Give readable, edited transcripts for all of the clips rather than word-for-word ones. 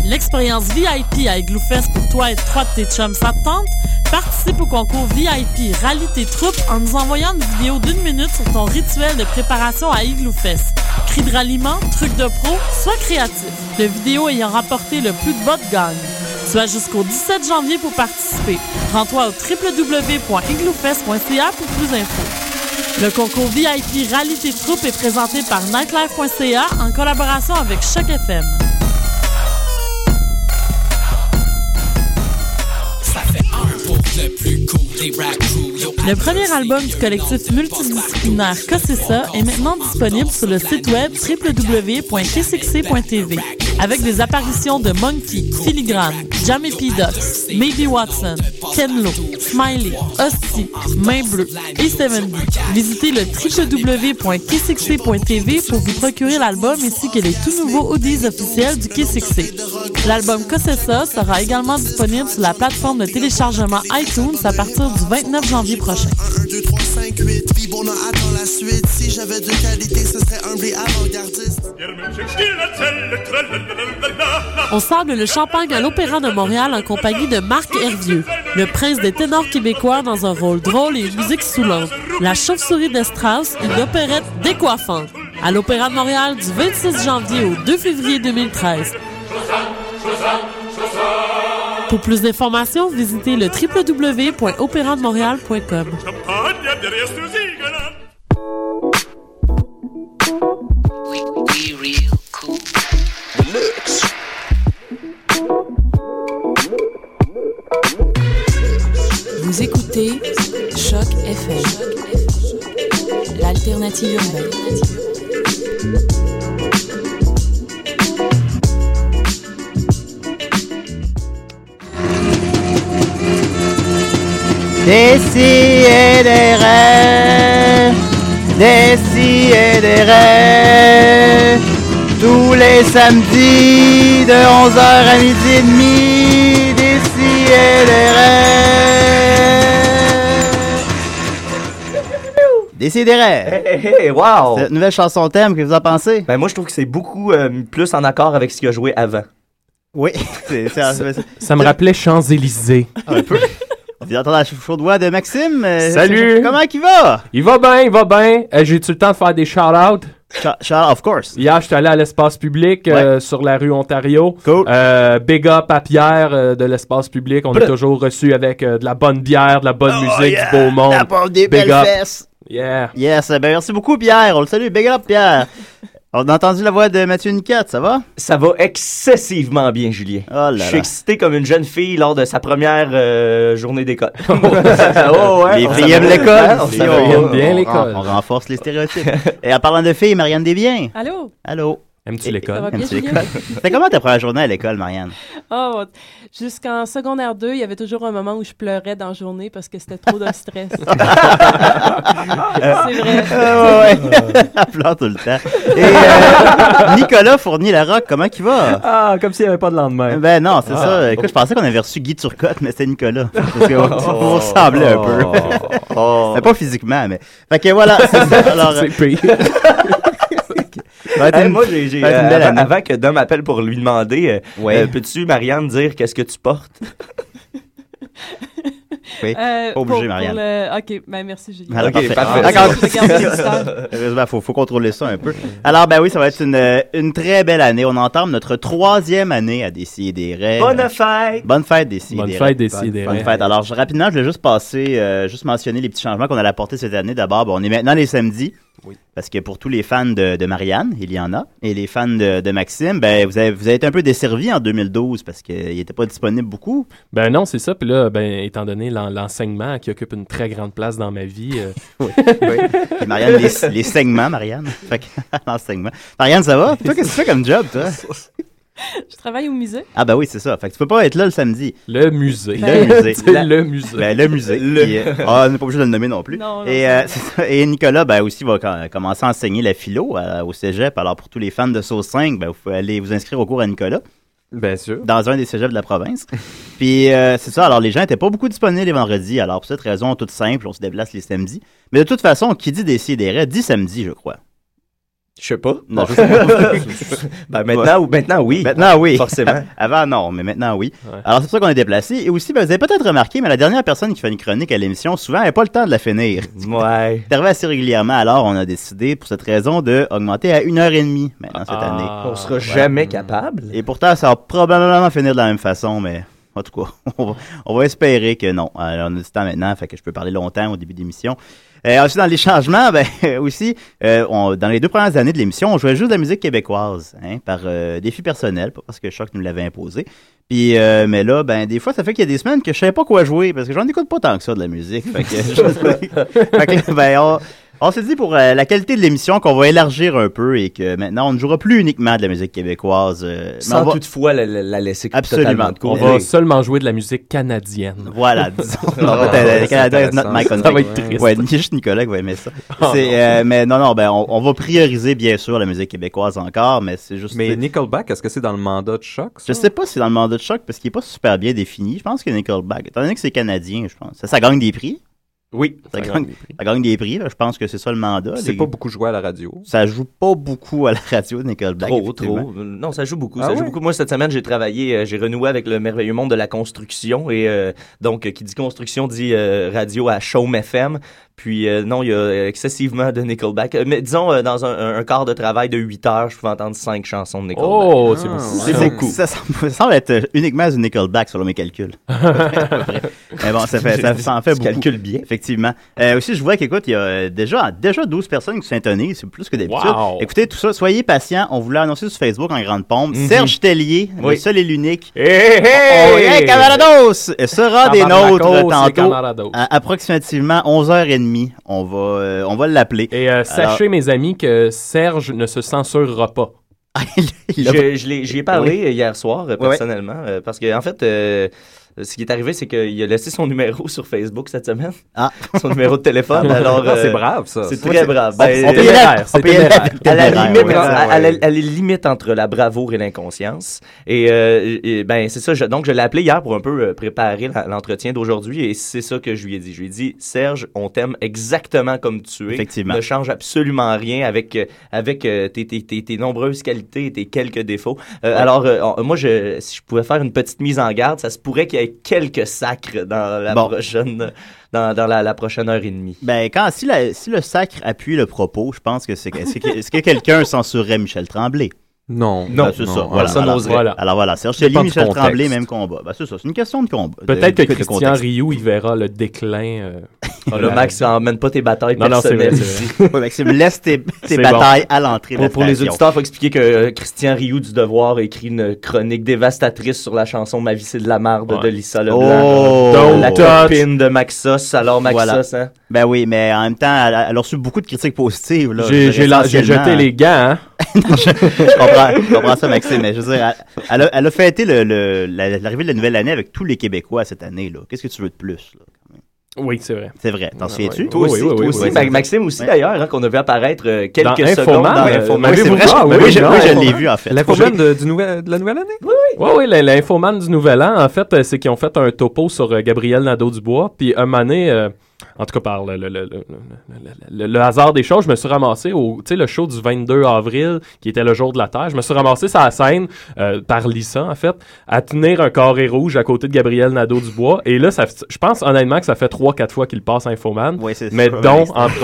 L'expérience VIP à Igloo Fest pour toi et 3 de tes chums, ça te tente? Participe au concours VIP Rallye tes troupes en nous envoyant une vidéo d'1 minute sur ton rituel de préparation à Igloo Fest. Cris de ralliement, trucs de pro, sois créatif. Le vidéo ayant rapporté le plus de votes gagne. Tu as jusqu'au 17 janvier pour participer. Rends-toi au www.igloofest.ca pour plus d'infos. Le concours VIP Rallye tes troupes est présenté par nightlife.ca en collaboration avec Choc FM. Le premier album du collectif multidisciplinaire Cossessa est maintenant disponible sur le site web www.kcxc.tv avec des apparitions de Monkey, Filigrane, Jamie P. Ducks, Maybe Watson, Ken Lo, Smiley, Hostie, Main Bleue et Steven B. Visitez le www.kcxc.tv pour vous procurer l'album ainsi que les tout nouveaux audios officiels du KCXC. L'album Cossessa sera également disponible sur la plateforme de téléchargement iTunes à partir du 29 janvier prochain. 1, 2, 3, 5, 8, puis bon, on attend la suite. Si j'avais de qualité, ce serait humble et avant-gardiste. On sable le champagne à l'Opéra de Montréal en compagnie de Marc Hervieux, le prince des ténors québécois dans un rôle drôle et une musique soulante. La chauve-souris de Strauss, une opérette décoiffante. À l'Opéra de Montréal du 26 janvier au 2 février 2013. Pour plus d'informations, visitez le www.opérademontréal.com. Vous écoutez Choc FM, l'alternative urbaine. Décidérez, tous les samedis de 11h à midi et demi, Décidérez. Hey, wow! Cette nouvelle chanson thème, que vous en pensez? Ben moi, je trouve que c'est beaucoup plus en accord avec ce qu'il a joué avant. Oui. Ça me rappelait Champs-Élysées. Un peu. On vient d'entendre la chaude voix de Maxime. Salut! Comment il va? Il va bien. J'ai-tu le temps de faire des shout-outs? Of course. Hier, j'étais allé à l'espace public sur la rue Ontario. Cool. Big up à Pierre de l'espace public. On est toujours reçu avec de la bonne bière, de la bonne musique, du beau monde. Des belles fesses. Yeah. Yes, ben merci beaucoup Pierre. On le salue. Big up Pierre. On a entendu la voix de Mathieu Niquette, ça va? Ça va excessivement bien, Julien. Oh là là. Je suis excité comme une jeune fille lors de sa première journée d'école. Les filles aiment l'école. On aime bien l'école. On renforce les stéréotypes. Et en parlant de filles, Marianne Desbiens. Allô? Allô? Aimes-tu l'école? Aimes-tu l'école? C'était comment ta première journée à l'école, Marianne? Oh, jusqu'en secondaire 2, il y avait toujours un moment où je pleurais dans la journée parce que c'était trop de stress. C'est vrai. Ouais. Elle pleure tout le temps. Et Nicolas Fournier-Larocque, comment il va? Ah, comme s'il n'y avait pas de lendemain. Ben non, c'est ça. Écoute, je pensais qu'on avait reçu Guy Turcotte, mais c'était Nicolas. Parce que vous ressemblez un peu. Mais pas physiquement, mais... Fait que voilà, c'est ça. Alors, c'est pire. Moi, avant que Dom m'appelle pour lui demander, peux-tu, Marianne, dire qu'est-ce que tu portes? Oui, pas obligé, Marianne. OK, ben merci, Julien. Alors, OK, parfait. Heureusement, faut contrôler ça un peu. Alors, ben oui, ça va être une très belle année. On entame notre 3e année à Décidérez. Bonne fête! Bonne fête, Décidérez. Bonne fête, Décidérez. Bonne fête. Alors, rapidement, je voulais juste mentionner les petits changements qu'on allait apporter cette année. D'abord, on est maintenant les samedis. Oui. Parce que pour tous les fans de Marianne, il y en a, et les fans de Maxime, ben vous avez été un peu desservis en 2012 parce qu'il n'était pas disponible beaucoup. Ben non, c'est ça. Puis là, étant donné l'enseignement qui occupe une très grande place dans ma vie... Oui. Et Marianne, les saignements, Marianne. Fait que, l'enseignement. Marianne, ça va? Toi, qu'est-ce que tu fais comme job, toi? Je travaille au musée. Ah ben oui, c'est ça. Fait que tu peux pas être là le samedi. Le musée. Le musée. Le musée. Ben, le musée. On n'est pas obligé de le nommer non plus. Non, et, c'est ça. Et Nicolas, ben aussi, va commencer à enseigner la philo au cégep. Alors, pour tous les fans de Sauce 5, ben, vous pouvez aller vous inscrire au cours à Nicolas. Bien sûr. Dans un des cégeps de la province. Puis, c'est ça. Alors, les gens n'étaient pas beaucoup disponibles les vendredis. Alors, pour cette raison toute simple, on se déplace les samedis. Mais de toute façon, qui dit Décidérez dit samedi, je crois. Je sais pas. Non, je sais Ben, pas. maintenant, oui. Maintenant, oui. Forcément. Avant, non, mais maintenant, oui. Ouais. Alors, c'est pour ça qu'on est déplacé. Et aussi, ben, vous avez peut-être remarqué, mais la dernière personne qui fait une chronique à l'émission, souvent, elle n'a pas le temps de la finir. Ouais. C'est arrivé assez régulièrement. Alors, on a décidé, pour cette raison, d'augmenter à 1h30 maintenant cette année. On sera jamais capable. Et pourtant, ça va probablement finir de la même façon, mais en tout cas, on va espérer que non. Alors, on a du temps maintenant, fait que je peux parler longtemps au début d'émission. Ensuite, dans les changements, ben aussi, dans les 2 premières années de l'émission, on jouait juste de la musique québécoise, par défi personnel, pas parce que Choc nous l'avait imposé. Puis, mais là, ben des fois, ça fait qu'il y a des semaines que je savais pas quoi jouer, parce que j'en écoute pas tant que ça de la musique. Fait que, fait que là, ben, on s'est dit pour la qualité de l'émission qu'on va élargir un peu et que maintenant, on ne jouera plus uniquement de la musique québécoise. Sans toutefois la laisser totalement de On côté. va seulement jouer de la musique canadienne. Voilà, disons. Le Canada is not my country. Ça va être triste. Ouais, il y a juste Nicolas qui va aimer ça. Mais non, ben on va prioriser bien sûr la musique québécoise encore, mais c'est juste... Mais Nickelback, est-ce que c'est dans le mandat de Choc, ça? Je sais pas si c'est dans le mandat de Choc parce qu'il est pas super bien défini. Je pense que Nickelback, étant donné que c'est canadien, je pense. Ça gagne des prix. Oui, ça gagne des prix. Là. Je pense que c'est ça le mandat. C'est pas beaucoup joué à la radio. Ça joue pas beaucoup à la radio, Nickelback. Trop. Non, ça joue beaucoup. Ça joue beaucoup. Moi, cette semaine, j'ai travaillé, j'ai renoué avec le merveilleux monde de la construction. Et donc, qui dit construction dit radio à Chaume FM. Puis non, il y a excessivement de Nickelback. Mais disons, dans un quart de travail de 8 heures, je pouvais entendre 5 chansons de Nickelback. Oh, c'est beaucoup. C'est beaucoup. Ça semble être uniquement du Nickelback selon mes calculs. Mais bon, ça en fait beaucoup. Tu calcules bien. Effectivement. Aussi, je vois qu'écoute, il y a déjà 12 personnes qui s'intonisent, c'est plus que d'habitude. Wow. Écoutez, tout ça, soyez patients. On vous l'a annoncé sur Facebook en grande pompe. Serge Tellier, le seul et l'unique. Hey, Camarados! Sera des nôtres tantôt Camarados. à approximativement 11h30. On va l'appeler. Et sachez, mes amis, que Serge ne se censurera pas. J'y ai parlé hier soir, personnellement, parce que en fait... ce qui est arrivé, c'est qu'il a laissé son numéro sur Facebook cette semaine. Ah. Son numéro de téléphone. Alors, c'est brave, ça. C'est très brave. On peut y aller. À la limite entre la bravoure et l'inconscience. Et ben, c'est ça. Donc, je l'ai appelé hier pour un peu préparer l'entretien d'aujourd'hui. Et c'est ça que je lui ai dit. Je lui ai dit, Serge, on t'aime exactement comme tu es. Effectivement. Ne change absolument rien avec tes nombreuses qualités et tes quelques défauts. Alors, moi, si je pouvais faire une petite mise en garde, ça se pourrait qu'il y ait quelques sacres dans la prochaine dans la prochaine heure et demie. Ben si le sacre appuie le propos, je pense que est-ce que quelqu'un censurerait Michel Tremblay? Non, c'est ça. Voilà. Alors voilà, Serge Tellier, Michel Tremblay, même combat. Ben c'est ça, c'est une question de combat. Peut-être que Christian Rioux, il verra le déclin. Là, Max, emmène pas tes batailles personnelles ici. Oui, Maxime, laisse tes batailles à l'entrée de la Pour les auditeurs, il faut expliquer que Christian Rioux du Devoir a écrit une chronique dévastatrice sur la chanson Ma vie c'est de la marde de Lisa Leblanc. La copine de Maxos. Alors Maxos, hein? Ben oui, mais en même temps, elle a reçu beaucoup de critiques positives. J'ai jeté les gants, hein? Je comprends ça, Maxime, mais je veux dire, elle a fêté l'arrivée de la nouvelle année avec tous les Québécois cette année, là. Qu'est-ce que tu veux de plus, là? Oui, c'est vrai. C'est vrai. T'en souviens-tu? Toi aussi. Maxime aussi, d'ailleurs, qu'on a vu apparaître quelques secondes dans l'Infoman. Oui, je l'ai vu, en fait. L'Infoman de la nouvelle année? Oui, l'Infoman du Nouvel An, en fait, c'est qu'ils ont fait un topo sur Gabriel Nadeau-Dubois, puis un moment donné, en tout cas par le hasard des choses, je me suis ramassé le show du 22 avril, qui était le jour de la Terre, je me suis ramassé sur la scène, par Lisa, en fait, à tenir un carré rouge à côté de Gabriel Nadeau-Dubois, et là, je pense honnêtement que ça fait 3-4 fois qu'il passe à Infoman, mais dont,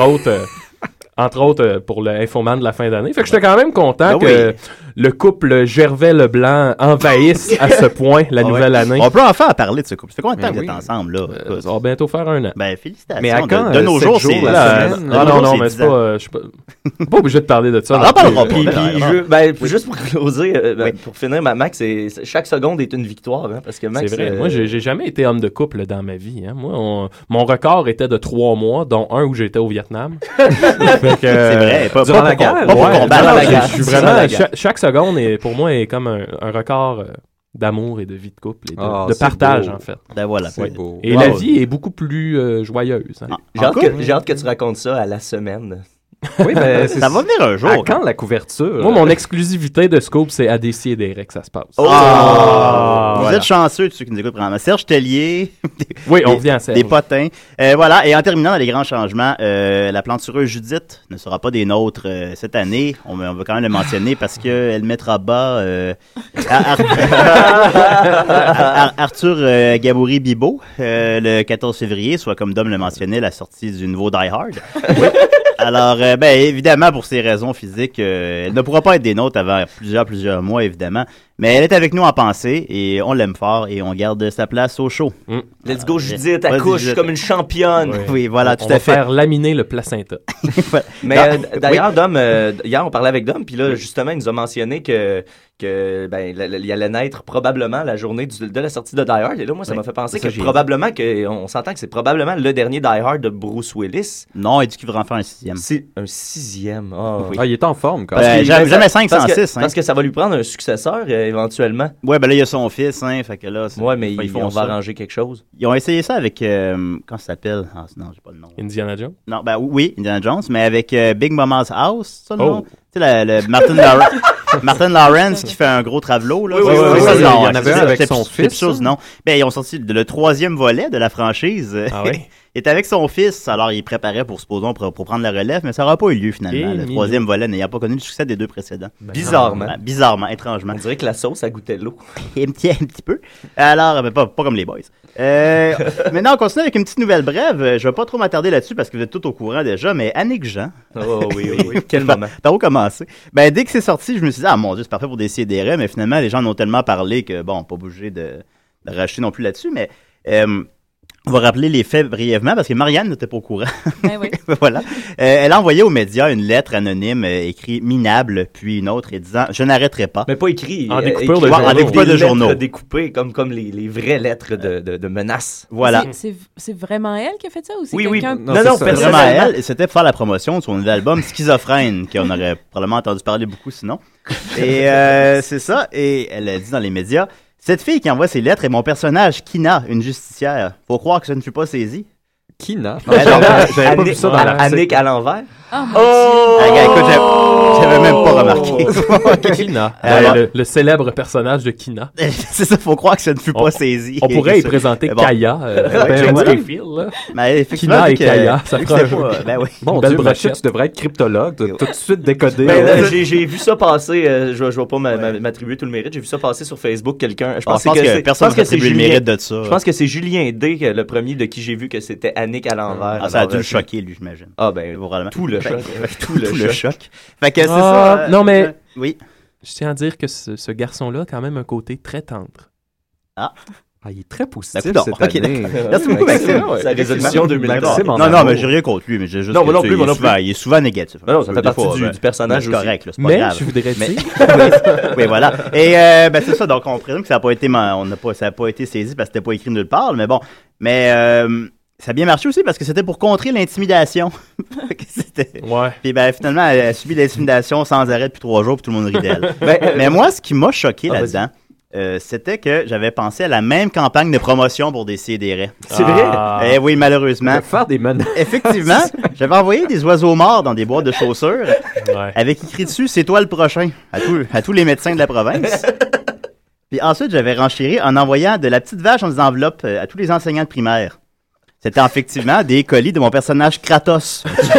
entre autres, pour le Infoman de la fin d'année. Fait que j'étais quand même content que le couple Gervais-Leblanc envahisse à ce point la nouvelle année. On peut enfin parler de ce couple. Ça fait combien de temps que vous êtes ensemble, là? Ça va bientôt faire 1 an. Ben, félicitations. Mais à quand? De nos jours, c'est... Non, mais c'est pas... Je suis pas obligé de parler de ça. On en parlera pas. Juste pour closer, pour finir, Max, chaque seconde est une victoire, hein, parce que Max... C'est vrai. Moi, j'ai jamais été homme de couple dans ma vie. Hein. Moi, mon record était de 3 mois, dont un où j'étais au Vietnam. C'est vrai, pas durant la guerre. Je suis vraiment... Chaque seconde, pour moi, est comme un record d'amour et de vie de couple et de partage, en fait. Ben voilà. C'est beau. Et la vie est beaucoup plus joyeuse. Hein. J'ai hâte que tu racontes ça à la semaine. Oui, mais Ça va venir un jour. À quand la couverture? Moi, mon exclusivité de Scoop, c'est à Décideret que ça se passe. Vous Voilà. êtes chanceux, ceux qui nous écoutent probablement. Serge Tellier. Oui, on revient à Serge. Des potins. Voilà. Et en terminant dans les grands changements, la plantureuse Judith ne sera pas des nôtres cette année. On va quand même le mentionner parce qu'elle mettra bas Arthur Gabouri-Bibo le 14 février, soit comme Dom le mentionnait, la sortie du nouveau Die Hard. Oui. Alors, évidemment, pour ces raisons physiques, elle ne pourra pas être des nôtres avant plusieurs mois, évidemment. Mais elle est avec nous en pensée et on l'aime fort et on garde sa place au show. Let's go, Judith, Vas-y, accouche Judith. comme une championne. Oui, voilà, tout On va à fait. faire laminer le placenta. Mais d'ailleurs, Dom, hier, on parlait avec Dom, puis là, justement, il nous a mentionné que il allait naître probablement la journée de la sortie de Die Hard. Et là, moi, ça m'a fait penser ça, que j'ai probablement, on s'entend que c'est probablement le dernier Die Hard de Bruce Willis. Non, il dit qu'il voudrait en faire un 6e. C'est un 6e. Oui. Ah, il est en forme quand même. Ben, jamais 5 sans parce que, 6. Hein. parce que ça va lui prendre un successeur, éventuellement. Ouais, ben là, il y a son fils, hein, fait que là... Ouais, mais ils font on va ça. arranger quelque chose. Ils ont essayé ça avec... comment ça s'appelle? Ah, non, j'ai pas le nom. Indiana Jones? Non, ben oui, Indiana Jones, mais avec Big Mama's House, ça, le Oh. nom? Tu sais, le Martin Lawrence qui fait un gros travelot, là. Oui, oui, C'est- oui, c'est- oui, non, il y en avait un avec c'était son quelque fils, chose, ça? non. Ben, ils ont sorti le 3e volet de la franchise. Ah oui? Il était avec son fils, alors il préparait pour prendre la relève, mais ça n'aura pas eu lieu finalement. Eh, Le mignon. 3e volet n'ayant pas connu le succès des 2 précédents. Bizarrement. Ben, bizarrement, étrangement. On dirait que la sauce, ça goûtait l'eau. un petit peu. Alors, ben, pas comme les boys. Maintenant, on continue avec une petite nouvelle brève. Je vais pas trop m'attarder là-dessus parce que vous êtes tous au courant déjà, mais Annick Jean. Oh oui, oui, oui. Quel moment. Par où commencer? Ben, dès que c'est sorti, je me suis dit, ah mon Dieu, c'est parfait pour Décideret, mais finalement, les gens en ont tellement parlé que, bon, pas obligé de racheter non plus là-dessus, mais on va rappeler les faits brièvement parce que Marianne n'était pas au courant. Ben oui. Voilà. Elle a envoyé aux médias une lettre anonyme écrite minable, puis une autre et disant « Je n'arrêterai pas ». Mais pas écrit. En découpeur écrit de journaux. En découpeur de des journaux. lettres découpées comme les vraies lettres de menaces. Voilà. C'est vraiment elle qui a fait ça ou c'est Oui, oui. quelqu'un... Non, c'est non, ça. C'était vraiment personnellement. elle. Et c'était pour faire la promotion de son nouvel album Schizophrène, qu'on aurait probablement entendu parler beaucoup sinon. Et c'est ça. Et elle a dit dans les médias, cette fille qui envoie ces lettres est mon personnage, Kina, une justicière. Faut croire que je ne suis pas saisi. Kina. Alors, pas vu ça dans la Annick à l'envers. Oh mon Ah, gars, écoute, j'avais même pas remarqué. Kina. Alors- Le célèbre personnage de Kina. C'est ça, faut croire que je ne suis pas saisi. On pourrait y Ça. présenter Mais bon. Kaya. Ouais, James voilà. Mayfield, là. Mais effectivement, Kina vu et que- Kaya, ça vu que fera c'était un pas- jeu. Ben oui. Bon Belle Dieu, brochette. Machette, tu devrais être cryptologue. T'as tout de suite décodé. J'ai vu ça passer, je vais pas m'attribuer tout le mérite, j'ai vu ça passer sur Facebook, quelqu'un, je pense Je pense que personne ne s'attribue le mérite de ça. Je pense que c'est Julien D, le premier de qui j'ai vu que c'était Annick à l'envers. Ah, ça a Alors, dû le choquer, lui, j'imagine. Ah ben, Probablement. tout le Fait- choc. Tout le choc. Fait que c'est Ah, ça. non, mais- Oui. Je tiens à dire que ce garçon-là a quand même un côté très tendre. Ah, il est très positif D'accord. cette Ok, année. Merci beaucoup, Maxime. Sa résolution 2020. Maxime en Non, non, amour. mais j'ai rien contre lui, mais j'ai juste. Non, moi que, non tu sais, plus, moi il est non souvent- Il est souvent négatif. Non, ça fait Des partie fois, du personnage c'est aussi. correct, là, c'est pas Mais grave. je voudrais Mais- dire... Oui, voilà. Et ben c'est ça. Donc on présume que ça n'a pas été, ça a pas été saisi parce que c'était pas écrit nulle part. Mais bon, mais ça a bien marché aussi parce que c'était pour contrer l'intimidation. Fait que c'était. Ouais. Puis ben finalement, elle a subi l'intimidation sans arrêt depuis 3 jours, puis tout le monde rit d'elle. Mais moi, ce qui m'a choqué Ah, là-dedans, c'était que j'avais pensé à la même campagne de promotion pour Décideret. C'est vrai? Ah. Eh oui, malheureusement. Faire des menaces. Effectivement, j'avais envoyé des oiseaux morts dans des boîtes de chaussures Ouais. avec écrit dessus « C'est toi le prochain » à tous les médecins de la province. Puis ensuite, j'avais renchéri en envoyant de la petite vache dans des enveloppes à tous les enseignants de primaire. C'était effectivement des colis de mon personnage Kratos,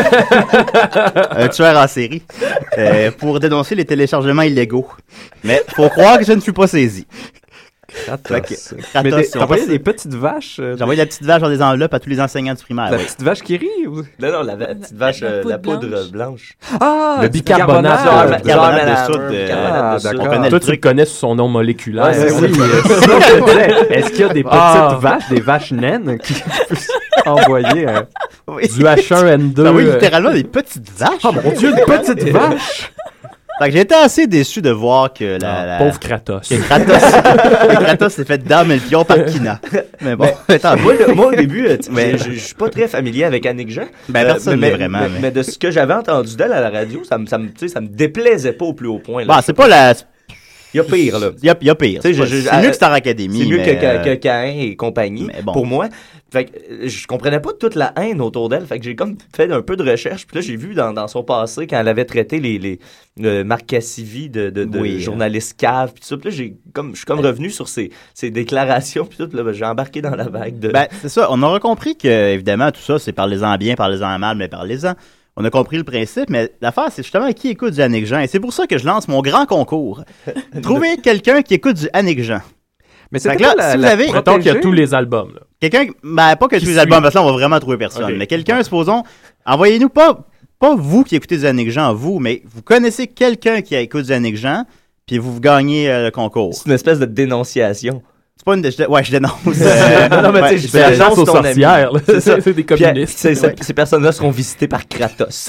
un tueur en série, pour dénoncer les téléchargements illégaux. Mais faut croire que je ne suis pas saisi. Fait que, Mais Kratos, t'as envoyé des petites vaches. j'ai envoyé la petite vache dans des enveloppes à tous les enseignants du primaire. La oui. petite vache qui rit. Ou... Non, la petite vache, La poudre poudre blanche. Ah, Le du bicarbonate. carbonate. Bicarbonate de soude. Ah, d'accord. On connaît Toi, le tu le truc. connais sous son nom moléculaire. Ouais, c'est Oui, sinon, je te disais, est-ce qu'il y a des petites Ah. vaches, des vaches naines qui puissent envoyer un... Oui. Du H1N2. Ah oui, littéralement des petites vaches. Oh mon Dieu, une petite vache! Fait que j'ai été assez déçu de voir que la Pauvre Kratos. que Kratos s'est fait damer le pion par Kina. Mais bon, tant Moi, moi, au début, Mais- je suis pas très familier avec Annick Jean. Ben, personne mais, l'est vraiment, mais- mais de ce que j'avais entendu d'elle à la radio, ça me déplaisait pas au plus haut point. Là. Bon, c'est pas la. Il y a pire, là. Il y a pire. Tu sais, C'est mieux que Star Academy. C'est mieux mais, que Caïn et compagnie, mais bon. pour moi. Fait que je comprenais pas toute la haine autour d'elle. Fait que j'ai comme fait un peu de recherche. Puis là, j'ai vu dans son passé, quand elle avait traité les Marc Cassivi de journaliste cave, puis tout ça. Puis là, je suis comme revenu sur ses déclarations, puis tout. Là, ben, j'ai embarqué dans la vague de... Ben, c'est ça. On aura compris que, évidemment, tout ça, c'est parlez-en bien, parlez-en mal, mais parlez-en. On a compris le principe, mais l'affaire, c'est justement qui écoute du Annick Jean. Et c'est pour ça que je lance mon grand concours. Trouvez quelqu'un qui écoute du Annick Jean. Mais c'est là, si vous avez... Mettons qu'il y a tous les albums, là. Quelqu'un, ben, pas que tous les albums, parce que là, on va vraiment trouver personne. Okay. Mais quelqu'un, supposons, envoyez-nous pas vous qui écoutez du Annick Jean, vous, mais vous connaissez quelqu'un qui écoute du Annick Jean, puis vous gagnez le concours. C'est une espèce de dénonciation. C'est pas une... Ouais, je dénonce. Non, mais tu sais, c'est la chance aux sorcières, là. C'est des communistes. Puis, ces personnes-là seront visitées par Kratos.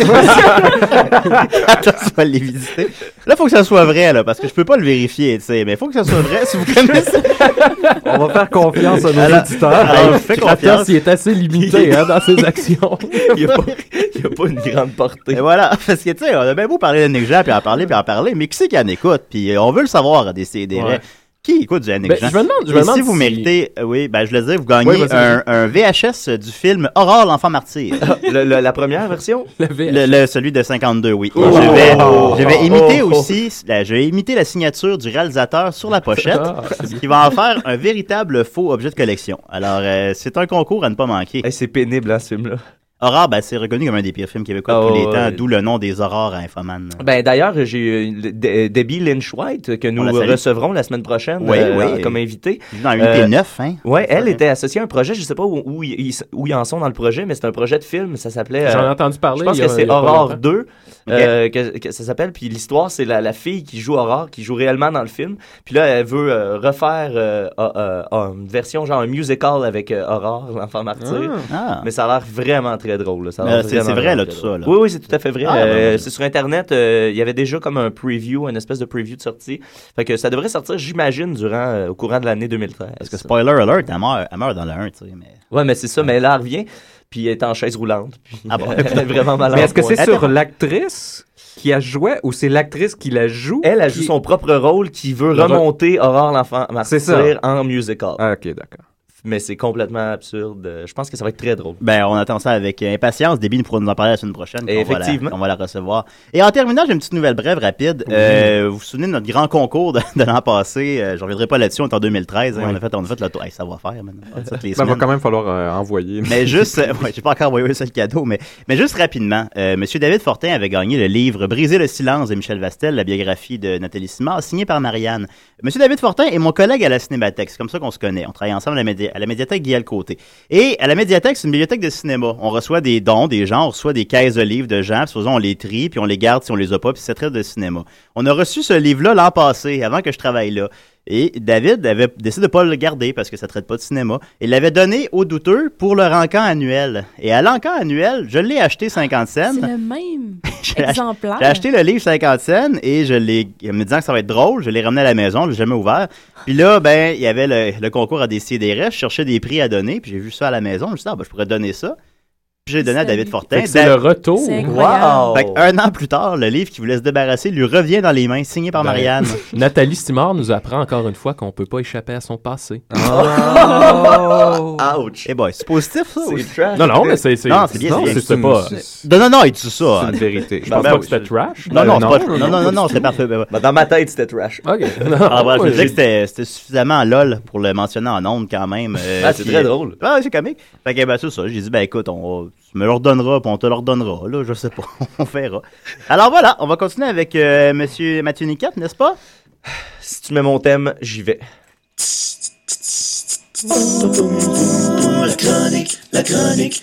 Kratos va les visiter. Là, faut que ça soit vrai, là, parce que je peux pas le vérifier, tu sais, mais faut que ça soit vrai. Si vous connaissez... On va faire confiance à nos auditeurs. Alors, je fais confiance. Kratos, il est assez limité, dans ses actions. Il y a pas une grande portée. Et voilà, parce que, tu sais, on a bien beau parler de Nick Jean, puis en parler, mais qui c'est qui en écoute? Puis on veut le savoir à des ouais. Qui écoute du Annick Jean? Je me demande si vous méritez, oui, ben je le dis, vous gagnez un VHS du film Aurore l'enfant martyr. La première version? Celui de 52, oui. Et je vais imiter la signature du réalisateur sur la pochette, qui va en faire un véritable faux objet de collection. Alors, c'est un concours à ne pas manquer. Hey, c'est pénible, hein, ce film-là. Aurore, ben, c'est reconnu comme un des pires films québécois de tous les temps, d'où le nom des Aurores à Infoman. Ben, d'ailleurs, j'ai Debbie Lynch-White, que nous recevrons la semaine prochaine comme invitée. Dans unité 9, hein? Oui, elle était associée à un projet, je sais pas où ils en sont dans le projet, mais c'est un projet de film, ça s'appelait... J'en ai entendu parler. Je pense que c'est Aurore 2, que ça s'appelle, puis l'histoire, c'est la fille qui joue Aurore, qui joue réellement dans le film, puis là, elle veut refaire une version, genre un musical avec Aurore, l'enfant martyr, mais ça a l'air vraiment très drôle. C'est vrai, là, tout ça. Là. Oui, c'est tout à fait vrai. C'est sur Internet. Il y avait déjà comme un preview, une espèce de preview de sortie. Fait que ça devrait sortir, j'imagine, au courant de l'année 2013. Parce que spoiler alert, elle meurt dans le 1, tu sais. Mais... Ouais, mais c'est ça. Mais elle revient, puis elle est en chaise roulante. Puis elle est vraiment malade. Mais est-ce que c'est sur l'actrice qui a joué ou c'est l'actrice qui la joue? Elle joue son propre rôle qui veut remonter Aurore l'enfant martyr en musical. Ah, ok, d'accord. Mais c'est complètement absurde. Je pense que ça va être très drôle. Ben, on attend ça avec impatience. Debbie pourra nous en parler la semaine prochaine. Effectivement. On va la recevoir. Et en terminant, j'ai une petite nouvelle brève rapide. Vous vous souvenez de notre grand concours de l'an passé? Je reviendrai pas là-dessus, on est en 2013. On a fait le tour. Ça va faire maintenant. Il va quand même falloir envoyer. Mais juste, j'ai pas encore envoyé un seul cadeau, mais juste rapidement. Monsieur David Fortin avait gagné le livre Briser le silence de Michel Vastel, la biographie de Nathalie Simard, signée par Marianne. Monsieur David Fortin est mon collègue à la Cinémathèque. C'est comme ça qu'on se connaît. On travaille ensemble à la médiathèque Guy Côté. Et à la médiathèque, c'est une bibliothèque de cinéma. On reçoit des dons des gens, on reçoit des caisses de livres de gens, puis supposons on les trie, puis on les garde si on les a pas, puis c'est très de cinéma. On a reçu ce livre-là l'an passé, avant que je travaille là. Et David avait décidé de pas le garder parce que ça traite pas de cinéma. Il l'avait donné aux douteux pour leur encan annuel. Et à l'encan annuel, je l'ai acheté 50 cents. C'est le même exemplaire. J'ai acheté le livre 50 cents et me disant que ça va être drôle, je l'ai ramené à la maison, je l'ai jamais ouvert. Puis là, ben, il y avait le concours à Décideret, je cherchais des prix à donner, puis j'ai vu ça à la maison, je me suis dit, je pourrais donner ça. Puis j'ai donné à David Fortin. C'est le retour. Wow! Fait un an plus tard, le livre qui voulait se débarrasser lui revient dans les mains, signé par Marianne. Nathalie Simard nous apprend encore une fois qu'on peut pas échapper à son passé. Ouch! Eh boy, c'est positif, ça? C'est trash. Non, mais c'est bien. Non, c'est pas... Non, il dit ça. C'est une vérité. Je pense pas que c'était trash. Non, c'était parfait. Dans ma tête, c'était trash. OK. Alors, je disais que c'était suffisamment lol pour le mentionner en ondes quand même. C'est très drôle. C'est comique. Fait que, c'est ça. J'ai dit, écoute, tu me le redonneras, puis on te le redonnera. Là, je sais pas. On verra. Alors voilà, on va continuer avec Monsieur Mathieu Niquette, n'est-ce pas? Si tu mets mon thème, j'y vais. La chronique,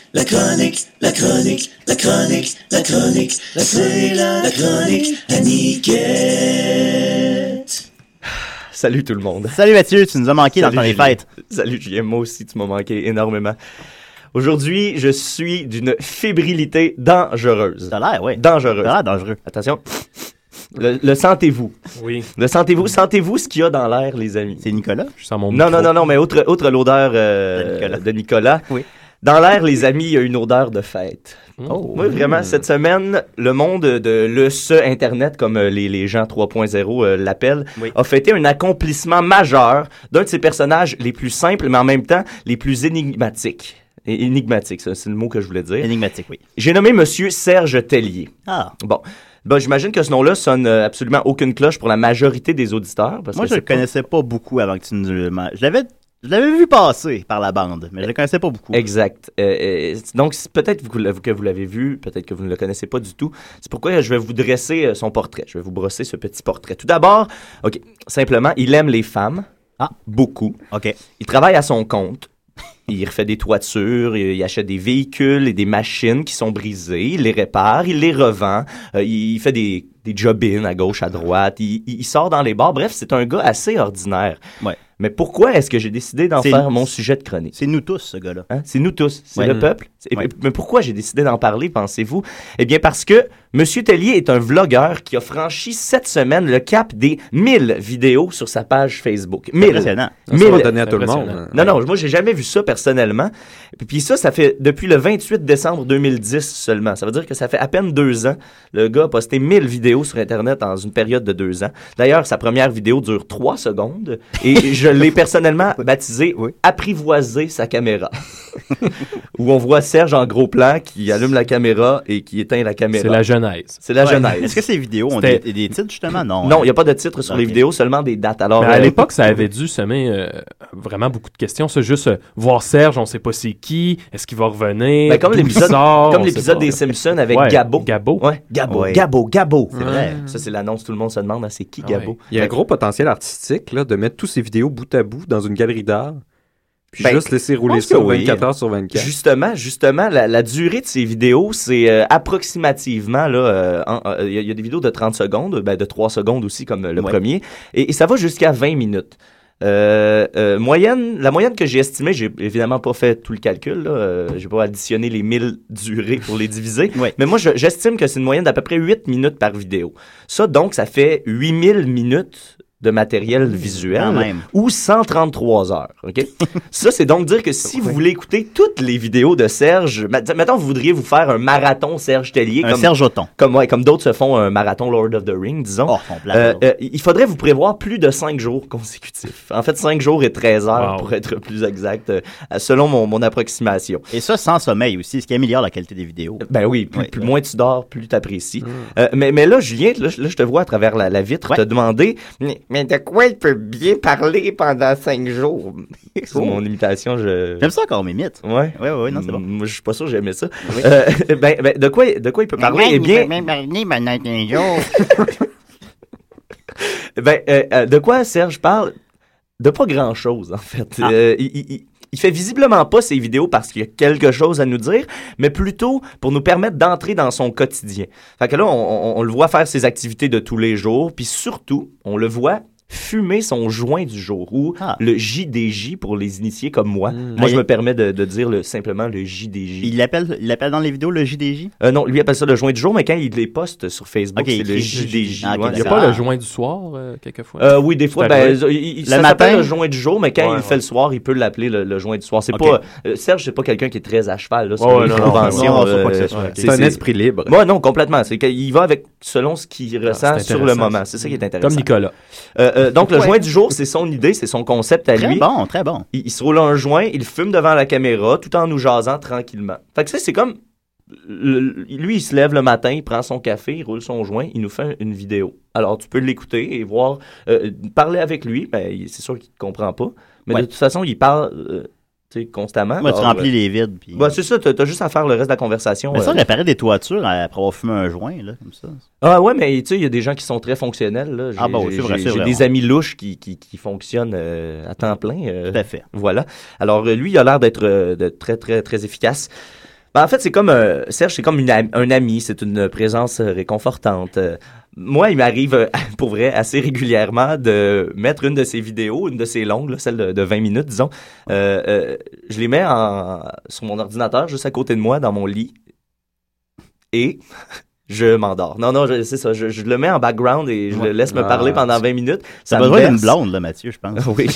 à Niquette. Salut tout le monde. Salut Mathieu, tu nous as manqué dans les fêtes. Salut Julien, moi aussi tu m'as manqué énormément. Aujourd'hui, je suis d'une fébrilité dangereuse. Ça a l'air, oui. Dangereuse. Ça a l'air dangereux. Attention. Le sentez-vous? Oui. Le sentez-vous? Sentez-vous ce qu'il y a dans l'air, les amis? C'est Nicolas? Je sens mon Non, mais outre l'odeur de Nicolas. Oui. Dans l'air, les amis, il y a une odeur de fête. Oui, vraiment, cette semaine, le monde de Internet, comme les gens 3.0 l'appellent, a fêté un accomplissement majeur d'un de ses personnages les plus simples, mais en même temps les plus énigmatiques. Énigmatique, ça, c'est le mot que je voulais dire. Énigmatique, oui. J'ai nommé Monsieur Serge Tellier. Ah. Bon. Ben, j'imagine que ce nom-là sonne absolument aucune cloche pour la majorité des auditeurs. Parce Moi, que je le connaissais pas beaucoup avant que tu nous le... Je l'avais vu passer par la bande, mais je le connaissais pas beaucoup. Exact. Donc, peut-être que vous l'avez vu, peut-être que vous ne le connaissez pas du tout. C'est pourquoi je vais vous dresser son portrait. Je vais vous brosser ce petit portrait. Tout d'abord, OK, simplement, il aime les femmes. Ah. Beaucoup. OK. Il travaille à son compte. Il refait des toitures, il achète des véhicules et des machines qui sont brisées, il les répare, il les revend, il fait des job-ins à gauche, à droite, il sort dans les bars. Bref, c'est un gars assez ordinaire. Ouais. Mais pourquoi est-ce que j'ai décidé d'en faire mon sujet de chronique? C'est nous tous, ce gars-là. Hein? C'est nous tous. C'est Ouais. le peuple. Ouais. Mais pourquoi j'ai décidé d'en parler, pensez-vous? Eh bien, parce que M. Tellier est un vlogueur qui a franchi cette semaine le cap des 1000 vidéos sur sa page Facebook. 1000. Impressionnant. Ça va donner à tout le monde. Non, moi, j'ai jamais vu ça personnellement. Puis ça fait depuis le 28 décembre 2010 seulement. Ça veut dire que ça fait à peine 2 ans. Le gars a posté 1000 vidéos sur Internet dans une période de 2 ans. D'ailleurs, sa première vidéo dure 3 secondes et je l'ai personnellement baptisé « Apprivoiser sa caméra ». Où on voit Serge en gros plan qui allume la caméra et qui éteint la caméra. C'est la genèse. C'est la genèse. Est-ce que ces vidéos ont C'était- des titres, justement? Non. Non, il n'y a pas de titre sur les Ok. vidéos, seulement des dates. Alors, Mais à l'époque, ça avait dû semer vraiment beaucoup de questions. Ça, juste voir Serge, on sait pas c'est qui, est-ce qu'il va revenir, ben, comme d'où il l'épisode sort, comme on l'épisode sait des pas. Simpsons avec Ouais, Gabo. Gabo. Ouais, Gabo, Ouais. Gabo. C'est vrai. Ça, c'est l'annonce, tout le monde se demande, c'est qui Ah Gabo? ouais. Il y a un gros potentiel artistique là, de mettre tous ces vidéos bout à bout dans une galerie d'art. Puis Ben, juste laisser rouler pense ça que oui. 24 heures sur 24. Justement, la durée de ces vidéos, c'est approximativement, là, il y a des vidéos de 30 secondes, ben, de 3 secondes aussi, comme le Ouais. premier, et ça va jusqu'à 20 minutes. La moyenne que j'ai estimée, j'ai évidemment pas fait tout le calcul, là, j'ai pas additionné les 1000 durées pour les diviser, Ouais. mais moi, j'estime que c'est une moyenne d'à peu près 8 minutes par vidéo. Ça, donc, ça fait 8000 minutes de matériel visuel Quand même. ou 133 heures. OK? Ça, c'est donc dire que si vous voulez écouter toutes les vidéos de Serge, mettons, vous voudriez vous faire un marathon Serge Tellier, Un Serge Auton. comme d'autres se font un marathon Lord of the Rings, disons. Oh, son plat. Il faudrait vous prévoir plus de 5 jours consécutifs. En fait, 5 jours et 13 heures, Wow. pour être plus exact, selon mon approximation. Et ça, sans sommeil aussi, ce qui améliore la qualité des vidéos. Ben oui, Ouais. moins tu dors, plus tu apprécies. Mais là, Julien, là, je te vois à travers la vitre Ouais. te demander mais de quoi il peut bien parler pendant 5 jours? C'est mon imitation, J'aime ça encore, mes mythes. Ouais. Ouais, non, c'est bon. Moi, je suis pas sûr que j'aimais ça. Ben, de quoi il peut parler? Eh bien, de quoi Serge parle? De pas grand-chose, en fait. Ah. Il fait visiblement pas ses vidéos parce qu'il y a quelque chose à nous dire, mais plutôt pour nous permettre d'entrer dans son quotidien. Fait que là, on le voit faire ses activités de tous les jours, puis surtout, on le voit fumer son joint du jour, ou le JDJ pour les initiés comme moi. Moi, je me permets de dire simplement le JDJ. Il l'appelle dans les vidéos le JDJ? Non, lui appelle ça le joint du jour, mais quand il les poste sur Facebook, Ok, c'est le écrit JDJ. Ah, ok, ouais. Il n'y a pas le joint du soir, quelquefois? Oui, des fois, C'est arrivé. ça matin? s'appelle le joint du jour, mais quand il Ouais, le fait le soir, il peut l'appeler le joint du soir. C'est Ok. pas Serge, c'est pas quelqu'un qui est très à cheval là, sur Ouais, les non, conventions. non, faut pas que ce soit, ok. C'est un esprit libre. Moi, non, complètement. C'est qu'il va avec selon ce qu'il ressent c'est sur le intéressant, moment. C'est ça qui est intéressant. Comme Nicolas. Donc, le joint du jour, c'est son idée, c'est son concept à Très lui. bon, très bon. Il se roule un joint, il fume devant la caméra tout en nous jasant tranquillement. Fait que ça, c'est comme... lui, il se lève le matin, il prend son café, il roule son joint, il nous fait une vidéo. Alors, tu peux l'écouter et voir... parler avec lui, ben, c'est sûr qu'il ne comprend pas. Mais Ouais. de toute façon, il parle constamment. Moi, tu Alors, remplis les vides. Puis... bah, c'est ça, t'as juste à faire le reste de la conversation. Mais ça, réparer des toitures après avoir fumé un joint, là, comme ça. Ah ouais, mais tu sais, il y a des gens qui sont très fonctionnels. Là. Ah bon, c'est vrai, c'est J'ai vrai, des ouais. amis louches qui fonctionnent à temps plein. Tout à fait. Voilà. Alors, lui, il a l'air d'être très, très, très efficace. Ben, en fait, c'est comme Serge, c'est comme un ami, c'est une présence réconfortante. Moi, il m'arrive, pour vrai, assez régulièrement de mettre une de ses vidéos, une de ses longues, là, celle de 20 minutes, disons. Je les mets sur mon ordinateur, juste à côté de moi, dans mon lit. Et je m'endors. Non, c'est ça. Je le mets en background et je le laisse me parler pendant 20 minutes. Ça a besoin d'une blonde, là, Mathieu, je pense. Oui.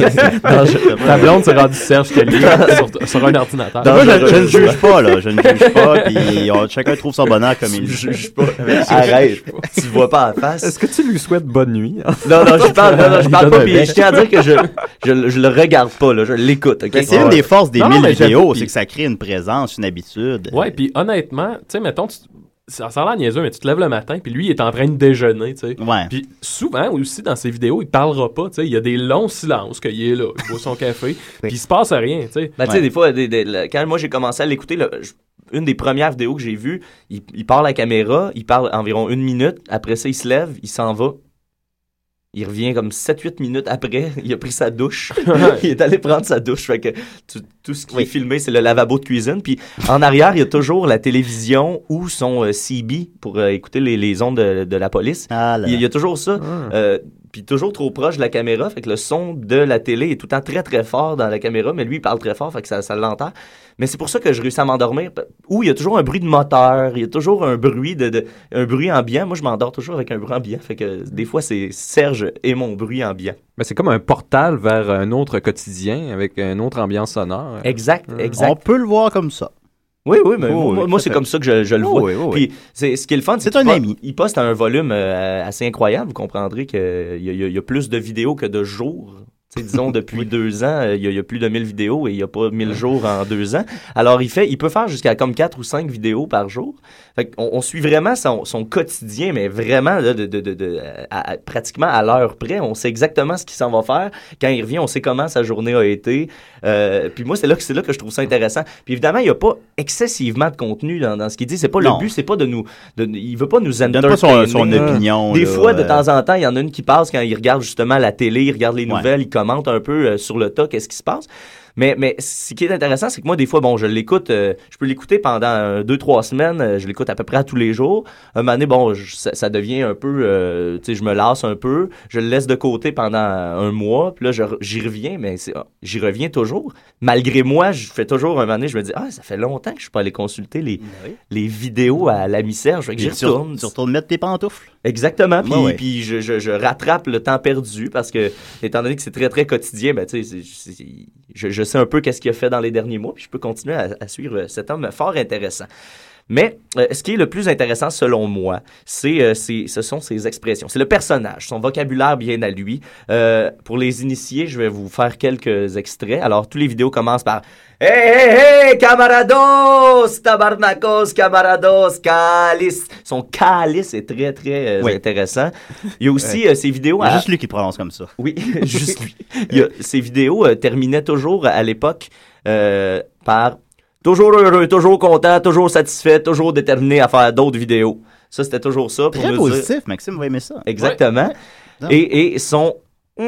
Ta blonde, c'est rendu Serge Kelly sur un ordinateur. Moi, je ne juge pas, là. Je ne juge pas, puis chacun trouve son bonheur comme il Je juge pas. Arrête. Tu vois pas en face. Est-ce que tu lui souhaites bonne nuit? Non, je parle pas, puis je tiens à dire que je le regarde pas, là. Je l'écoute, OK? C'est une des forces des 1000 vidéos, c'est que ça crée une présence, une habitude. Ouais, puis honnêtement, tu sais, mettons, ça a l'air niaiseux, mais tu te lèves le matin, puis lui, il est en train de déjeuner, tu sais. Ouais. Puis souvent, aussi, dans ses vidéos, il parlera pas, tu sais. Il y a des longs silences, qu'il est là, il boit son café, puis il se passe rien, tu sais. Ben, tu sais, des fois, quand moi, j'ai commencé à l'écouter, une des premières vidéos que j'ai vues, il parle à la caméra, il parle environ 1 minute, après ça, il se lève, il s'en va. Il revient comme 7-8 minutes après, il a pris sa douche, il est allé prendre sa douche, fait que tout ce qui est filmé, c'est le lavabo de cuisine, puis en arrière, il y a toujours la télévision ou son CB pour écouter les ondes de la police. Il y a toujours ça, puis toujours trop proche de la caméra, fait que le son de la télé est tout le temps très très fort dans la caméra, mais lui, il parle très fort, fait que ça l'entend. Mais c'est pour ça que je réussis à m'endormir. Où il y a toujours un bruit de moteur, il y a toujours un bruit un bruit ambiant. Moi, je m'endors toujours avec un bruit ambiant. Fait que des fois, c'est Serge et mon bruit ambiant. Mais c'est comme un portal vers un autre quotidien avec une autre ambiance sonore. Exact. On peut le voir comme ça. Oui, mais moi c'est comme ça que je le vois. Puis ce qui est le fun, c'est un ami. Il poste à un volume assez incroyable. Vous comprendrez qu'il y a plus de vidéos que de jours. T'sais, disons, depuis 2 ans, il y a plus de 1000 vidéos et il n'y a pas 1000 jours en 2 ans. Alors, il peut faire jusqu'à comme 4 ou 5 vidéos par jour. Fait on suit vraiment son quotidien, mais vraiment là, pratiquement à l'heure près. On sait exactement ce qu'il s'en va faire. Quand il revient, on sait comment sa journée a été. Puis moi, c'est là que je trouve ça intéressant. Puis évidemment, il n'y a pas excessivement de contenu dans ce qu'il dit. C'est pas le but, c'est pas il veut pas nous entertainer. Il donne pas son opinion. Des fois, de temps en temps, il y en a une qui passe quand il regarde justement la télé, il regarde les nouvelles, il commente un peu sur le tas qu'est-ce qui se passe. Mais ce qui est intéressant, c'est que moi, des fois, je l'écoute, je peux l'écouter pendant 2-3 semaines, je l'écoute à peu près à tous les jours. Un moment donné, ça devient un peu, tu sais, je me lasse un peu, je le laisse de côté pendant 1 mois, puis là, j'y reviens, mais j'y reviens toujours. Malgré moi, je fais toujours un moment donné, je me dis, ça fait longtemps que je suis pas allé consulter les vidéos à la mi-serge, fait que j'y retourne. Tu retournes mettre tes pantoufles. Exactement, puis je rattrape le temps perdu, parce que, étant donné que c'est très, très quotidien, ben, tu sais, je sais un peu qu'est-ce qu'il a fait dans les derniers mois, puis je peux continuer à suivre cet homme fort intéressant. Mais ce qui est le plus intéressant selon moi, ce sont ses expressions. C'est le personnage, son vocabulaire bien à lui. Pour les initiés, je vais vous faire quelques extraits. Alors, toutes les vidéos commencent par « Hey, camarados, tabarnakos, camarados, calice ». Son calice est très, très intéressant. Il y a aussi ces vidéos... Il y a juste lui qui prononce comme ça. Oui, juste lui. Ces vidéos terminaient toujours à l'époque par... Toujours heureux, toujours content, toujours satisfait, toujours déterminé à faire d'autres vidéos. Ça, c'était toujours ça. Pour très nous positif, dire... Maxime va aimer ça. Exactement. Ouais. Et son... Ça,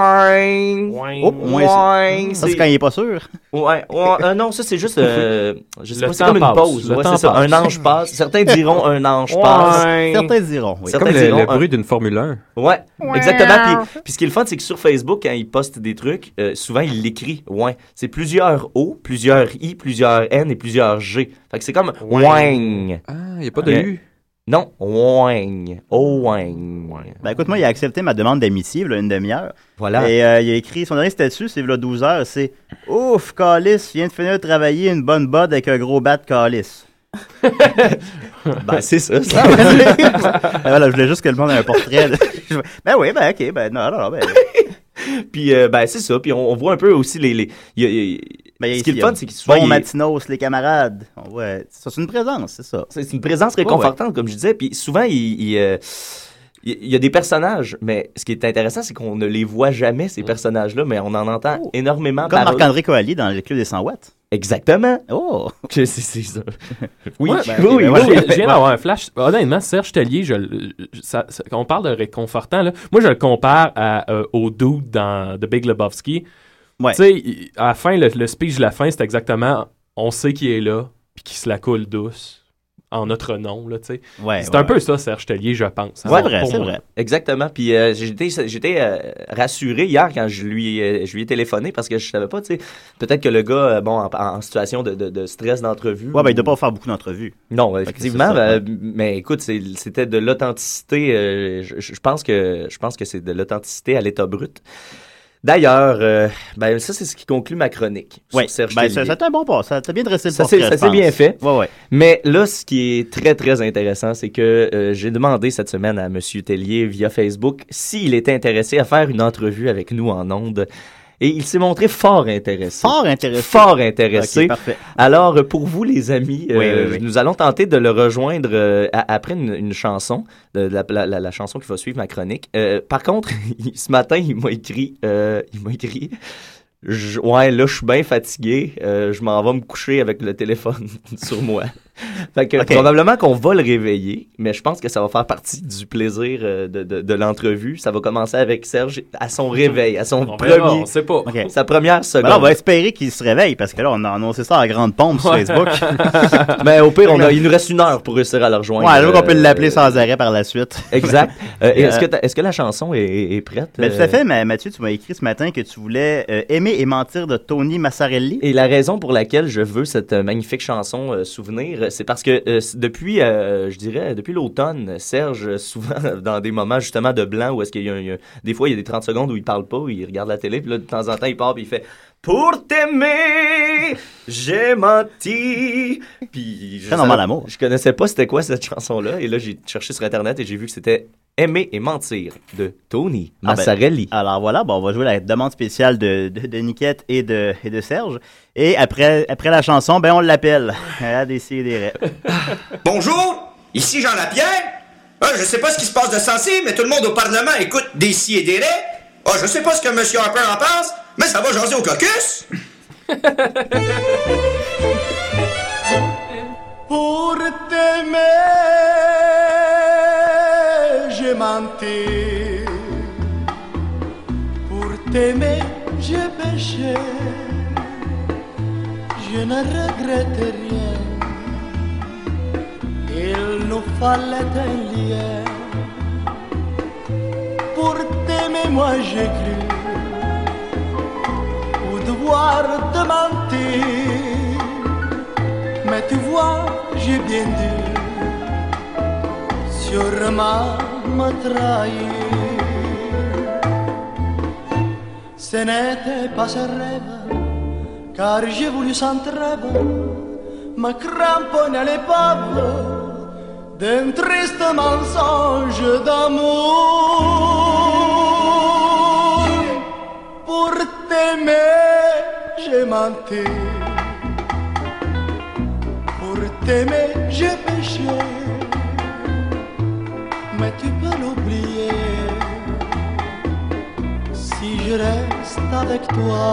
c'est quand il est pas sûr. Non, ça, c'est juste... je sais pas, c'est comme une pause. Ouais, c'est ça, un ange passe. Certains diront un ange passe. Certains diront, oui. C'est comme le bruit d'une Formule 1. Ouais, exactement. Puis ce qui est le fun, c'est que sur Facebook, quand il poste des trucs, souvent, il l'écrit. Ouais. C'est plusieurs O, plusieurs I, plusieurs N et plusieurs G. Fait que c'est comme Wang. Ah, il n'y a pas de U. Non, Wang. Wang. Ben écoute, moi, il a accepté ma demande d'amitié, il y a 1 demi-heure. Voilà. Et il a écrit, son dernier statut, c'est il y a 12 heures, c'est « Ouf, calice, viens de finir de travailler une bonne bode avec un gros bat de calice. » Ben, c'est ça. Voilà, je voulais juste que le monde ait un portrait. Ben oui, ben ok, ben non, ben... Puis, ben c'est ça. Puis on voit un peu aussi ce qui est le fun, c'est qu'il soit... Bon matinos, les camarades. Ouais, ça, c'est une présence, c'est ça. C'est une présence réconfortante, comme je disais. Puis souvent, il y a des personnages, mais ce qui est intéressant, c'est qu'on ne les voit jamais, ces personnages-là, mais on en entend énormément comme Marc-André Coallier dans le Club des 100 watts. Exactement. Oh! C'est ça. Oui, ouais, oui. Je viens d'avoir un flash. Honnêtement, Serge Tellier, quand on parle de réconfortant, là, moi, je le compare au dude dans The Big Lebowski. Ouais. Tu sais, à la fin, le speech de la fin, c'est exactement on sait qu'il est là, puis qu'il se la coule douce. en notre nom, là, tu sais. Ouais, c'est un peu ça, Serge Tellier, je pense. C'est vrai, c'est vrai. Exactement. Puis j'étais rassuré hier quand je lui ai téléphoné parce que je savais pas, tu sais, peut-être que le gars, en situation de stress d'entrevue. Ouais, ben il doit pas faire beaucoup d'entrevues. Non, effectivement. Mais écoute, c'était de l'authenticité. Je pense que c'est de l'authenticité à l'état brut. D'ailleurs, ça, c'est ce qui conclut ma chronique sur Serge Tellier. Ça a un bon pas. Ça t'a bien dressé le portrait, ça s'est bien fait. Ouais. Mais là, ce qui est très, très intéressant, c'est que j'ai demandé cette semaine à M. Tellier via Facebook s'il était intéressé à faire une entrevue avec nous en ondes. Et il s'est montré fort intéressé. Fort intéressé. Ok, parfait. Alors, pour vous, les amis, oui. nous allons tenter de le rejoindre après une chanson, la chanson qui va suivre ma chronique. Par contre, ce matin, il m'a écrit, là, je suis bien fatigué. Je m'en vais me coucher avec le téléphone sur moi. Fait que probablement qu'on va le réveiller, mais je pense que ça va faire partie du plaisir de l'entrevue. Ça va commencer avec Serge à son réveil, à son premier, on sait pas. Sa première seconde. Ben là, on va espérer qu'il se réveille parce que là, on a annoncé ça à grande pompe sur Facebook. Mais au pire, il nous reste 1 heure pour réussir à le rejoindre. Ouais, je veux qu'on peut l'appeler sans arrêt par la suite. Exact. Est-ce que la chanson est prête? Ben, tout à fait, mais Mathieu, tu m'as écrit ce matin que tu voulais Aimer et mentir de Tony Massarelli. Et la raison pour laquelle je veux cette magnifique chanson souvenir, c'est parce que depuis l'automne, Serge, souvent dans des moments justement de blanc où est-ce qu'il y a des fois il y a des 30 secondes où il parle pas, où il regarde la télé, puis là de temps en temps il part puis il fait « Pour t'aimer, j'ai menti ». Puis c'est normal l'amour. Je connaissais pas c'était quoi cette chanson-là, et là j'ai cherché sur Internet et j'ai vu que c'était Aimer et mentir de Tony Massarelli. Alors voilà, on va jouer la demande spéciale de Niquette et de Serge. Et après la chanson, on l'appelle. À Décideret. Bonjour, ici Jean Lapierre. Je sais pas ce qui se passe de sensé, mais tout le monde au Parlement écoute Décideret. Je sais pas ce que M. Harper en pense, mais ça va jaser au caucus. Pour t'aimer, j'ai menti. Pour t'aimer, j'ai péché. Je ne regrette rien. Il nous fallait un lien. Pour t'aimer, moi j'ai cru au devoir de mentir. Mais tu vois, j'ai bien dû sûrement me trahir. Ce n'était pas ce rêve, car j'ai voulu sans trêve me cramponner à l'épave d'un triste mensonge d'amour. Pour t'aimer, j'ai menti. Pour t'aimer, j'ai péché. Mais tu peux l'oublier si je reste avec toi.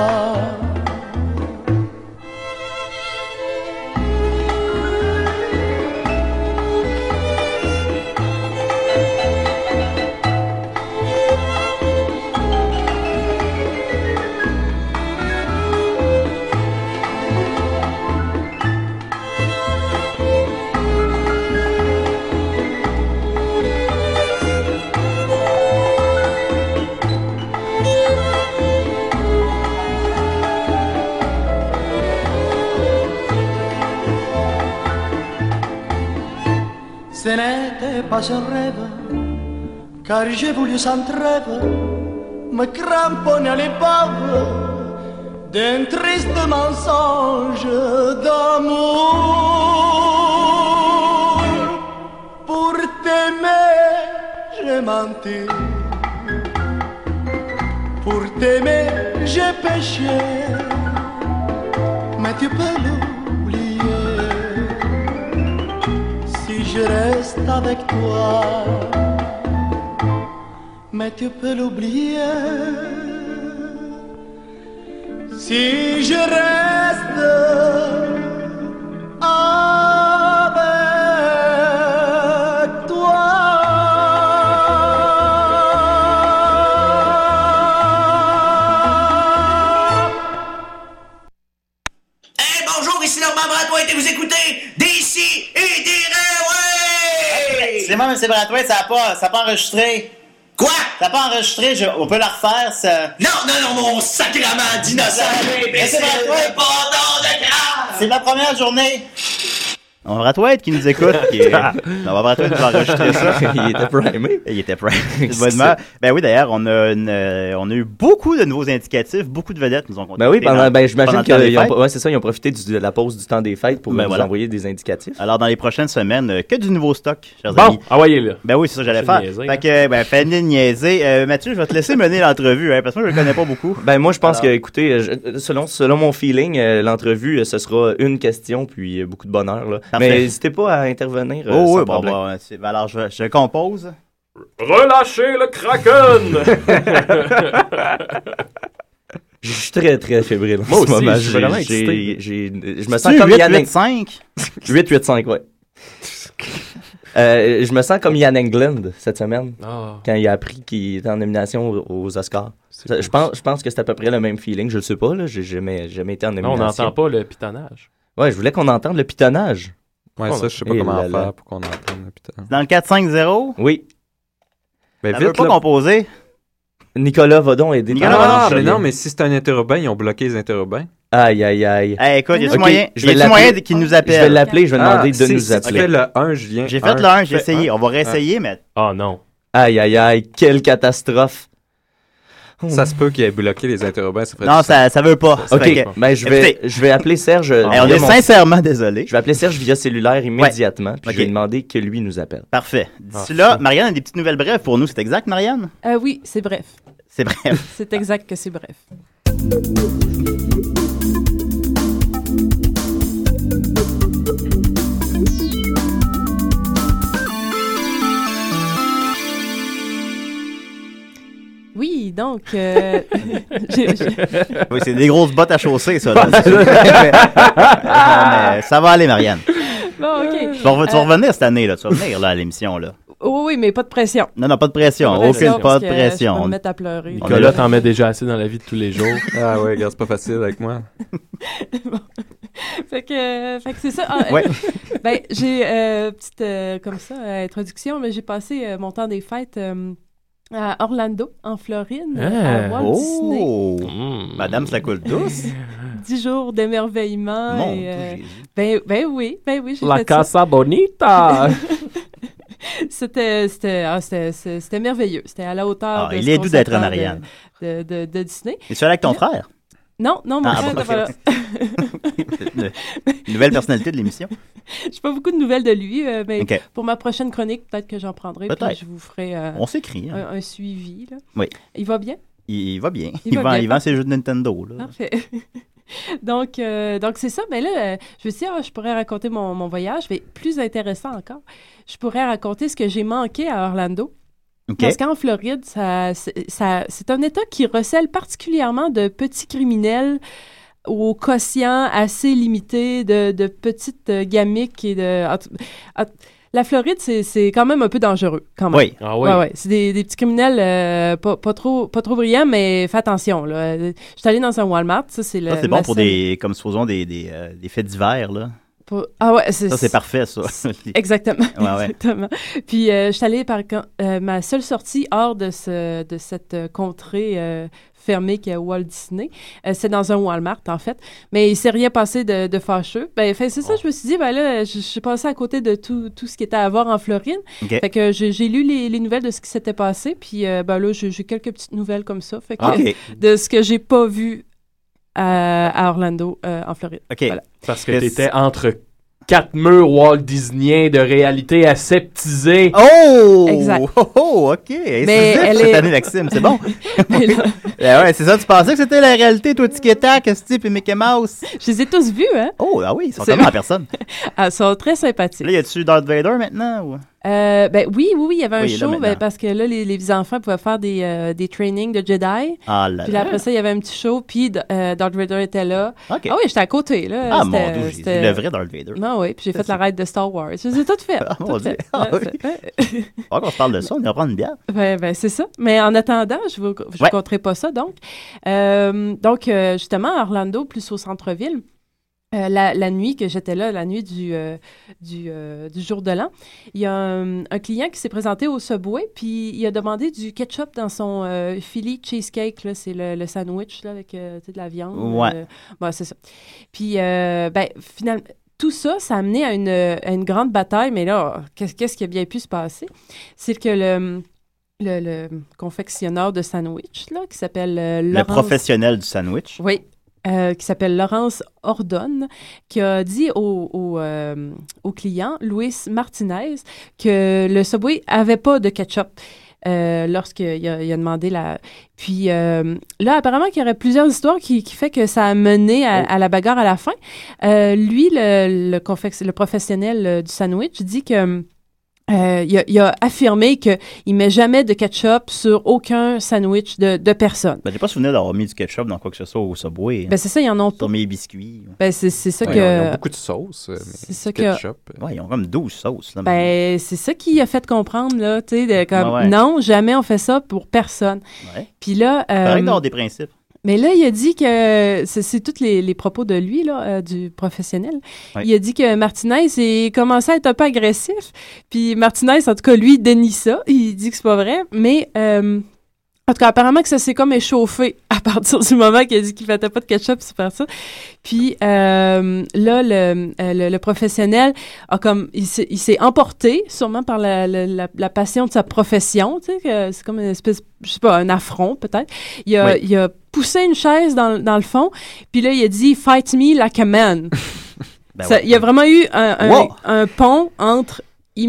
Ce n'était pas un rêve, car j'ai voulu sans trêve me cramponner à l'épave d'un triste mensonge d'amour. Pour t'aimer, j'ai menti. Pour t'aimer, j'ai péché. Mais tu peux l'oublier si je reste avec toi. Mais tu peux l'oublier si je reste avec toi. Hey, bonjour, ici Normand Bratoit et vous écoutez D'ici et des rêves. mais c'est Brathwaite, ça n'a pas enregistré. Quoi? Ça n'a pas enregistré, on peut la refaire, ça. Non, mon sacrement d'innocent! C'est Brathwaite! Bâtard de grave! C'est ma première journée! On va Brathwaite qui nous écoute. On va Brathwaite nous enregistrer ça. Il était primé. Ben oui, d'ailleurs, on a eu beaucoup de nouveaux indicatifs, beaucoup de vedettes nous ont contacté. Ben oui, j'imagine qu'ils ont profité de la pause du temps des fêtes pour nous envoyer des indicatifs. Alors, dans les prochaines semaines, que du nouveau stock, chers amis. Bon, envoyez-le. Ben oui, c'est ça que j'allais faire. Fait que, fallait niaiser. Mathieu, je vais te laisser mener l'entrevue, parce que moi, je le connais pas beaucoup. Ben moi, je pense que, écoutez, selon mon feeling, l'entrevue, ce sera une question, puis beaucoup de bonheur, là. Parfait. Mais n'hésitez pas à intervenir. Oui, alors je compose. Relâchez le Kraken! Je suis très, très fébrile. Moi aussi, je suis vraiment excité. Je me sens comme Yann 885? 885, ouais. Je me sens comme Yann Englund cette semaine, quand il a appris qu'il était en nomination aux Oscars. Je pense que c'est à peu près le même feeling. Je le sais pas, là. J'ai jamais été en nomination. Non, on n'entend pas le pitonnage. Ouais, je voulais qu'on entende le pitonnage. Ouais, ça, je sais pas comment faire pour qu'on entende le pitonnage. Dans le 4-5-0? Oui. Ben vite, pas composer. Nicolas va donc aider. Mais non, mais si c'est un interurbain, ils ont bloqué les interurbains. Aïe, aïe, aïe. Hey, écoute, y a-tu moyen qu'il nous appelle? Je vais l'appeler, je vais demander de nous appeler. Tu fais le 1, Julien. J'ai fait le 1, j'ai essayé. On va réessayer, mais... Oh non. Aïe, aïe, aïe, quelle catastrophe. Ça se peut qu'il ait bloqué les interurbains. Non, ça veut pas. OK, ben je vais appeler Serge. On est sincèrement désolé. Je vais appeler Serge via cellulaire immédiatement, puis je vais demander que lui nous appelle. Parfait. D'ici là, Marianne a des petites nouvelles brèves pour nous. C'est exact, Marianne? Oui, c'est bref. C'est bref. C'est exact que c'est bref. Oui, donc... Oui, c'est des grosses bottes à chausser, ça. Là. Mais ça va aller, Marianne. Bon, OK. Tu vas revenir cette année, là. Tu vas venir là, à l'émission, là. Oui, mais pas de pression. Non, pas de pression. Aucune pas de pression. Je vais me mettre à pleurer. Nicolas, t'en mets déjà assez dans la vie de tous les jours. Ah ouais, regarde, c'est pas facile avec moi. Bon. Fait que c'est ça. Ouais. Ben, j'ai petite comme ça introduction, mais j'ai passé mon temps des fêtes à Orlando, en Floride, à Walt Disney. Madame, ça coule douce. 10 jours d'émerveillement. Mon et, ben oui, j'ai La fait Casa Bonita! C'était merveilleux. C'était à la hauteur de il est doux d'être Marianne. De Disney. Es-tu allé avec ton frère? Non, mon frère n'était pas là. Nouvelle personnalité de l'émission. J'ai pas beaucoup de nouvelles de lui, mais pour ma prochaine chronique, peut-être que j'en prendrai. Puis je vous ferai on s'écrit, hein. un suivi. Là. Oui. Il va bien? Il va bien. Il vend ses jeux de Nintendo. Là. Parfait. Donc c'est ça. Mais là, je me suis dit, je pourrais raconter mon voyage. Mais plus intéressant encore, je pourrais raconter ce que j'ai manqué à Orlando. Okay. Parce qu'en Floride, c'est un État qui recèle particulièrement de petits criminels au quotient assez limité, de petites gamiques et de... La Floride, c'est c'est quand même un peu dangereux, quand même. Oui. Ah oui. Ouais. C'est des petits criminels pas trop brillants, mais fais attention, là. Je suis allée dans un Walmart, ça, c'est le... Ça, c'est bon pour comme supposons des faits divers, là. Ah ouais, ça, c'est parfait, ça. Exactement. Ouais. Exactement. Puis, je suis allée ma seule sortie hors de cette contrée fermée qui est Walt Disney, c'est dans un Walmart, en fait. Mais il s'est rien passé de fâcheux. C'est ça, je me suis dit, là, je suis passée à côté de tout ce qui était à voir en Floride. Okay. Fait que j'ai lu les nouvelles de ce qui s'était passé, puis là, j'ai quelques petites nouvelles comme ça. Fait que de ce que j'ai pas vu à Orlando, en Floride. OK. Voilà. Parce que t'étais entre 4 murs Walt Disneyens de réalité aseptisée. Oh! Exact. Oh, OK. Mais c'est cette année, Maxime, c'est bon. Ouais, c'est ça, tu pensais que c'était la réalité, toi, Tic et Tac, Steve et Mickey Mouse? Je les ai tous vus, hein? Oh, ah oui, ils sont comment en personne? Ils sont très sympathiques. Là, y a-tu Darth Vader maintenant, ou? Oui, il y avait un show, là, parce que là, les enfants pouvaient faire des trainings de Jedi. Ah là puis là, après ça, il y avait un petit show, puis Darth Vader était là. Okay. Ah oui, j'étais à côté, là. Ah, mon Dieu, c'est le vrai Darth Vader. Non, oui, puis j'ai fait la raid de Star Wars. Je les ai toutes faites. Ah, mon Dieu. Ah, oui. On se parle de ça, on ira prendre une bière. C'est ça. Mais en attendant, je ne vous compterai pas ça, donc. Justement, à Orlando, plus au centre-ville, la nuit que j'étais là, la nuit du jour de l'an, il y a un client qui s'est présenté au Subway, puis il a demandé du ketchup dans son Philly cheesecake, là, c'est le sandwich là, avec de la viande. Ouais. Bon, c'est ça. Puis, finalement, tout ça, ça a amené à une grande bataille, mais là, qu'est-ce qui a bien pu se passer? C'est que le confectionneur de sandwich, là, qui s'appelle Laurence... Le professionnel du sandwich. Oui. Qui s'appelle Laurence Ordonne, qui a dit au client, Luis Martinez, que le Subway avait pas de ketchup lorsqu'il a demandé la... Puis là, apparemment qu'il y aurait plusieurs histoires qui fait que ça a mené à la bagarre à la fin. Lui, le professionnel du sandwich, dit que il a affirmé qu'il ne met jamais de ketchup sur aucun sandwich de personne. Ben, j'ai pas souvenir d'avoir mis du ketchup dans quoi que ce soit au Subway. Ben, c'est ça, ils en ont pas. Sur mes biscuits. Ben, c'est ça que... Ils ont beaucoup de sauces, c'est ça ketchup. Ouais, ils ont comme 12 sauces. Là, ben, c'est ça qui a fait comprendre, là, tu sais, comme, ouais. non, jamais on fait ça pour personne. Ouais. Puis là... pareil d'avoir des principes. Mais là, il a dit que, c'est tous les propos de lui, là, du professionnel. Oui. Il a dit que Martinez il commençait à être un peu agressif. Puis Martinez, en tout cas, lui, il dénie ça. Il dit que c'est pas vrai. Mais, en tout cas, apparemment que ça s'est comme échauffé à partir du moment qu'il a dit qu'il ne mettait pas de ketchup sur faire ça. Puis là, le professionnel a comme... Il s'est emporté, sûrement par la passion de sa profession, tu sais, c'est comme une espèce, je sais pas, un affront, peut-être. Il a poussé une chaise dans le fond, puis là, il a dit « Fight me like a man ». Il y a vraiment eu un pont entre...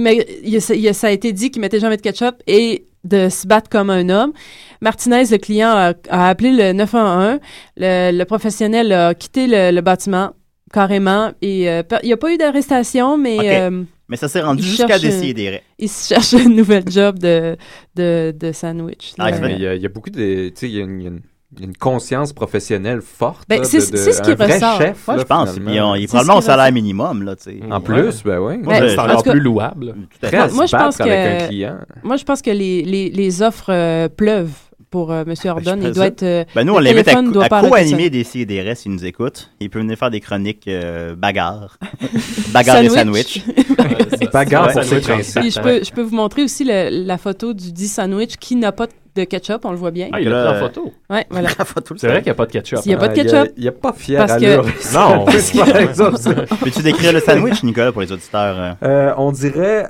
ça a été dit qu'il mettait jamais de ketchup et de se battre comme un homme. Martinez, le client, a appelé le 911. Le professionnel a quitté le bâtiment carrément et il n'y a pas eu d'arrestation, mais... Okay. Mais ça s'est rendu jusqu'à Décideret. Il se cherche une nouvelle job de sandwich. Il y a beaucoup de... Tu sais, il y a une conscience professionnelle forte. Ben, c'est ce qui ressort. Chef, ouais, là, je pense. Il est probablement au salaire minimum. Là, en plus, ben oui. C'est encore plus louable. Moi, je pense avec un client. Moi, je pense que les offres pleuvent pour M. Ordonne. Il doit être... nous, on l'invite à co-animer Décideret s'il nous écoute. Il peut venir faire des chroniques bagarre. Bagarre et sandwich. Bagarre pour ses principes. Je peux vous montrer aussi la photo du dit sandwich qui n'a pas de ketchup, on le voit bien. Ah, il a pris en photo. Ouais, voilà. C'est vrai qu'il n'y a pas de ketchup. Il n'y a pas de ketchup. Il n'y a pas fier allure. Non. Par exemple. Peux-tu décrire le sandwich, Nicolas, pour les auditeurs? On dirait...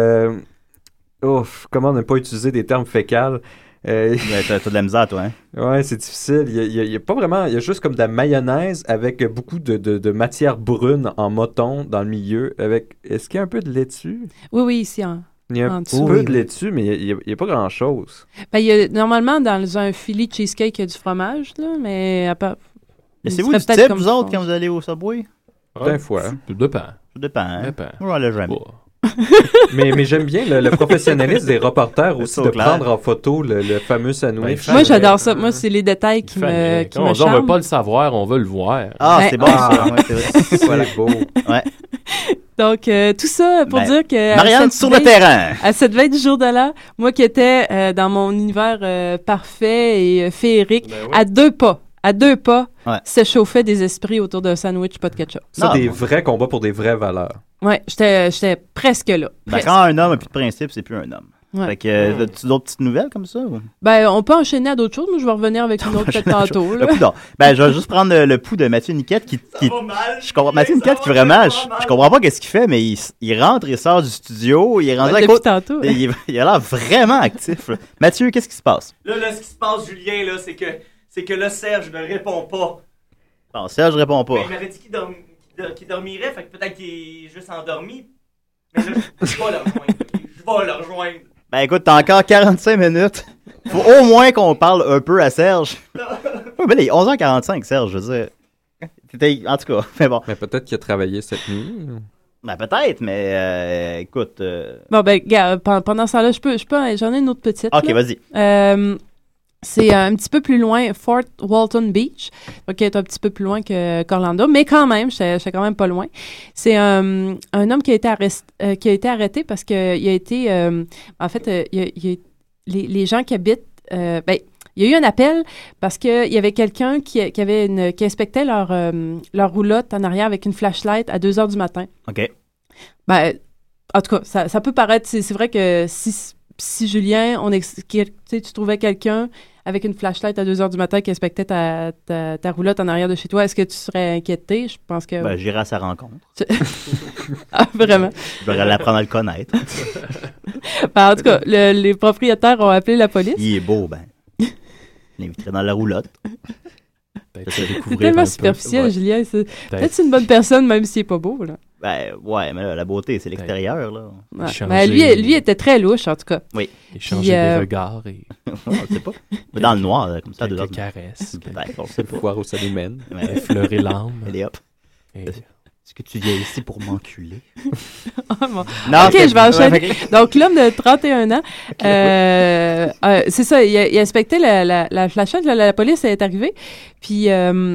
comment ne pas utiliser des termes fécals? T'as de la misère, toi, hein? Ouais, c'est difficile. Il y a pas vraiment... Il y a juste comme de la mayonnaise avec beaucoup de matière brune en moton dans le milieu. Est-ce qu'il y a un peu de laitue? Oui, ici, il y a un petit peu de laitue, mais il n'y a pas grand-chose. Ben, il y a, normalement, dans un Philly cheesecake, il y a du fromage, là, mais à part... Laissez-vous du type, vous autres, quand vous allez au Subway? D'un fois. Ça dépend. Ça dépend, hein? Moi, j'en ai jamais. mais j'aime bien le professionnalisme des reporters aussi, de prendre en photo le fameux sandwich. Moi, j'adore ça. Moi, c'est les détails qui me charment. On veut pas le savoir, on veut le voir. Ah, c'est bon, ça. Ouais, c'est vrai. C'est beau. Ouais. Donc, tout ça pour dire que... Marianne sur le terrain! À cette veille du jour de l'an, moi qui étais dans mon univers parfait et féerique, à deux pas, s'échauffait des esprits autour d'un sandwich, pas de ketchup. C'est des vrais combats pour des vraies valeurs. Ouais, j'étais presque là. Quand un homme n'a plus de principe, c'est plus un homme. Ouais. Fait que, as-tu d'autres petites nouvelles comme ça? Ou? Ben, on peut enchaîner à d'autres choses, mais je vais revenir avec une autre peut-être tantôt. Là. Je vais juste prendre le pouls de Mathieu Niquette qui je comprends, Mathieu Niquette qui vraiment, je comprends pas qu'est-ce qu'il fait, mais il rentre, il sort du studio, il est rendu à côté. Tantôt. Il a l'air vraiment actif. Là. Mathieu, qu'est-ce qui se passe? Là, ce qui se passe, Julien, là, c'est que là, Serge ne répond pas. Non, Serge répond pas. Ben, il m'avait dit qu'il dormirait, fait que peut-être qu'il est juste endormi. Mais là, je vais le rejoindre. Ben écoute, t'as encore 45 minutes. Faut au moins qu'on parle un peu à Serge. Ben, il est 11h45, Serge, je veux dire. En tout cas, mais bon. Mais peut-être qu'il a travaillé cette nuit. Ben peut-être, mais écoute... Bon, ben, gars, pendant ça là, j'en ai une autre petite. Ok, là. vas-y. C'est un petit peu plus loin, Fort Walton Beach, qui est un petit peu plus loin qu'Orlando, mais quand même, j'étais quand même pas loin. C'est un homme qui a été arrêté parce que il a été, en fait, les gens qui habitent, il il y a eu un appel parce qu'il y avait quelqu'un qui inspectait leur roulotte en arrière avec une flashlight à 2 heures du matin. OK. Ben, en tout cas, ça peut paraître... C'est vrai que si Julien, tu trouvais quelqu'un avec une flashlight à 2 heures du matin qui inspectait ta roulotte en arrière de chez toi, est-ce que tu serais inquiété? Je pense que... Ben, j'irai à sa rencontre. Ah, vraiment? Je vais l'apprendre à le connaître. Ben, en tout cas, les propriétaires ont appelé la police. Il est beau, ben. L'inviterait dans la roulotte. C'est tellement superficiel, Julien. Peut-être c'est une bonne personne, même s'il n'est pas beau, là. Ben, ouais, mais là, la beauté, c'est l'extérieur, là. Ouais. Ben, lui était très louche, en tout cas. Oui. Échanger des regards et... on ne sait pas. Mais dans le noir, comme ça, quelques caresses. Peut-être, on ne sait pas. Voir où ça nous mène. Effleurer l'âme. Allez, hop. Est-ce que tu viens ici pour m'enculer? Oh, bon. Non, OK, je vais enchaîner. Donc, l'homme de 31 ans, c'est ça, il inspectait la flashlight, la police est arrivée, puis...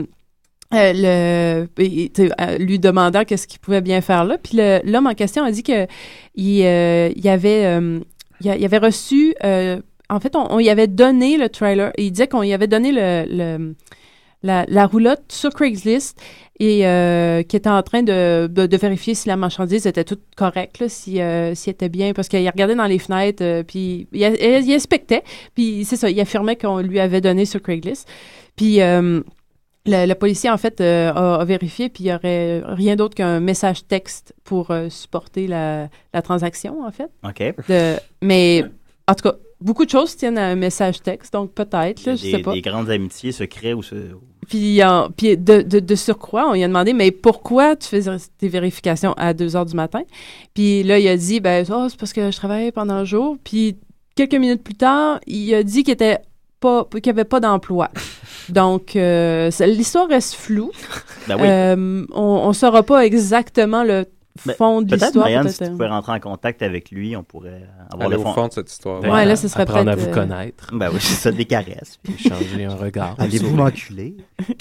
lui demandant qu'est-ce qu'il pouvait bien faire là. Puis l'homme en question a dit que il avait reçu... en fait, on y avait donné le trailer. Il disait qu'on y avait donné la roulotte sur Craigslist et qui était en train de vérifier si la marchandise était toute correcte, là, si était bien, parce qu'il regardait dans les fenêtres, puis il inspectait. Puis c'est ça, il affirmait qu'on lui avait donné sur Craigslist. Puis... Le policier, en fait, a vérifié, puis il n'y aurait rien d'autre qu'un message texte pour supporter la transaction, en fait. OK. Mais, en tout cas, beaucoup de choses tiennent à un message texte, donc peut-être, là, je sais pas. Des grandes amitiés secrets ou... Puis de surcroît, on lui a demandé, mais pourquoi tu faisais tes vérifications à 2 heures du matin? Puis là, il a dit, c'est parce que je travaillais pendant le jour. Puis quelques minutes plus tard, il a dit qu'il n'y avait pas d'emploi. Donc, l'histoire reste floue. Ben oui. On ne saura pas exactement le fond de l'histoire. Marianne, si tu pouvais rentrer en contact avec lui, on pourrait avoir le fond de cette histoire. Ouais, là, ce serait apprendre à vous connaître. Ben oui, c'est ça, des caresses. Puis échanger un regard. Allez-vous m'enculer?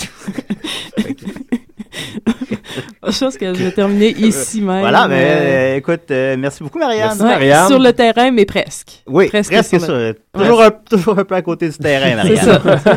Je pense que je vais terminer ici même. Voilà, mais écoute, merci beaucoup, Marianne. Merci, Marianne. Sur le terrain, mais presque. Oui, presque ça. Toujours un peu à côté du terrain, Marianne. C'est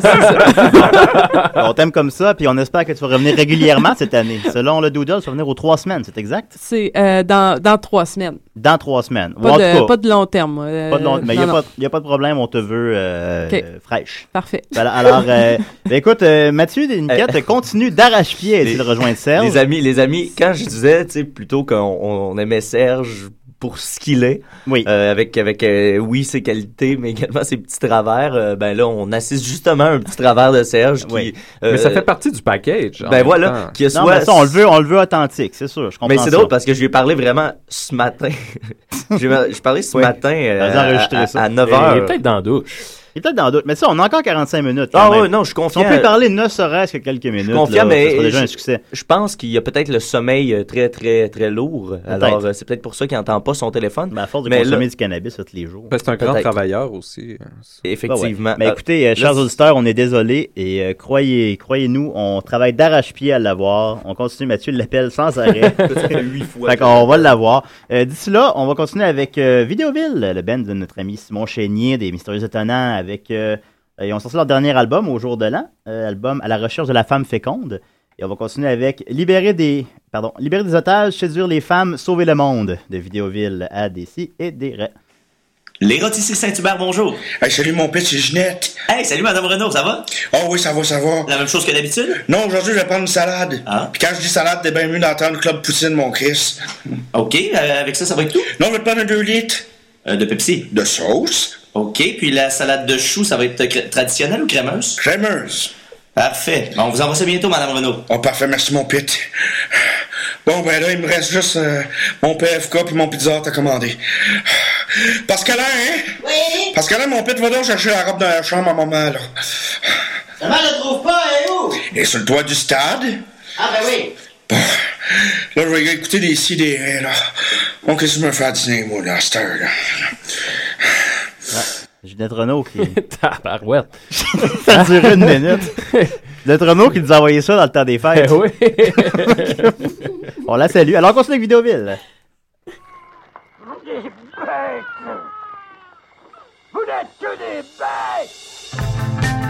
ça. On t'aime comme ça, puis on espère que tu vas revenir régulièrement cette année. Selon le Doodle, tu vas venir aux 3 semaines, c'est exact? C'est dans 3 semaines. Dans 3 semaines. Pas de long terme. Pas de long terme, mais il n'y a pas de problème, on te veut fraîche. Parfait. Voilà, alors, écoute, Mathieu Desniquettes continue d'arrache-pied à essayer de rejoindre Serge. Les amis, quand je disais, tu sais, plutôt qu'on aimait Serge pour ce qu'il est, oui, avec oui, ses qualités, mais également ses petits travers, ben là, on assiste justement à un petit travers de Serge qui... Oui. Mais ça fait partie du package. Ben voilà. Qui non, mais ça, on le veut authentique, c'est sûr, je comprends. Mais c'est drôle parce que je lui ai parlé vraiment ce matin. Je parlais ce matin à 9h. Il est peut-être dans la douche. Il est peut-être dans d'autres. Mais ça, on a encore 45 minutes. Oui, non, je suis confiant. On peut parler ne serait-ce que quelques minutes. Je suis confiant, mais ça sera déjà un succès. Je pense qu'il y a peut-être le sommeil très, très, très lourd. Alors, c'est peut-être pour ça qu'il n'entend pas son téléphone. À force de consommer du cannabis tous les jours. C'est un grand travailleur aussi. Effectivement. Mais écoutez, chers auditeurs, on est désolés et croyez-nous, on travaille d'arrache-pied à l'avoir. On continue, Mathieu l'appelle sans arrêt. 8 fois. Fait qu'on va l'avoir. D'ici là, on va continuer avec Vidéoville, le band de notre ami Simon Chénier, des Mystérieux Étonnants, avec... ils ont sorti leur dernier album au jour de l'an, album À la recherche de la femme féconde. Et on va continuer avec Libérer des otages, séduire les femmes, sauver le monde de Vidéoville à Dessy et des Raies. Les rôtisseries Saint-Hubert, bonjour. Hey, salut mon père, c'est Ginette. Hey, salut Madame Renaud, ça va? Oh oui, ça va. La même chose que d'habitude? Non, aujourd'hui, je vais prendre une salade. Ah. Puis quand je dis salade, t'es bien mieux d'entendre Club Poutine, mon Chris. OK, avec ça va être tout? Non, je vais te prendre un 2 litres. De Pepsi? De sauce. OK, puis la salade de choux, ça va être traditionnelle ou crémeuse? Crémeuse. Parfait. Bon, on vous envoie ça bientôt, Madame Renaud. Oh, parfait, merci mon pit. Bon, ben là, il me reste juste mon PFK puis mon pizza t'as commandé. Parce que là, hein? Oui? Parce que là, mon pit va donc chercher la robe dans la chambre à maman, là. Maman ne trouve pas, elle est où? Et sur le toit du stade. Ah, ben oui. Bon, là, je vais écouter des sidérés, là. Bon, qu'est-ce que je me fais à dîner, moi, là, à cette heure, là? Ginette Renaud qui... Tabarouette. Ça a duré 1 minute. Ginette Renaud qui nous a envoyé ça dans le temps des fêtes. Oui. On la salue. Alors, on continue avec Vidéoville. Des bêtes! Vous n'êtes que des bêtes!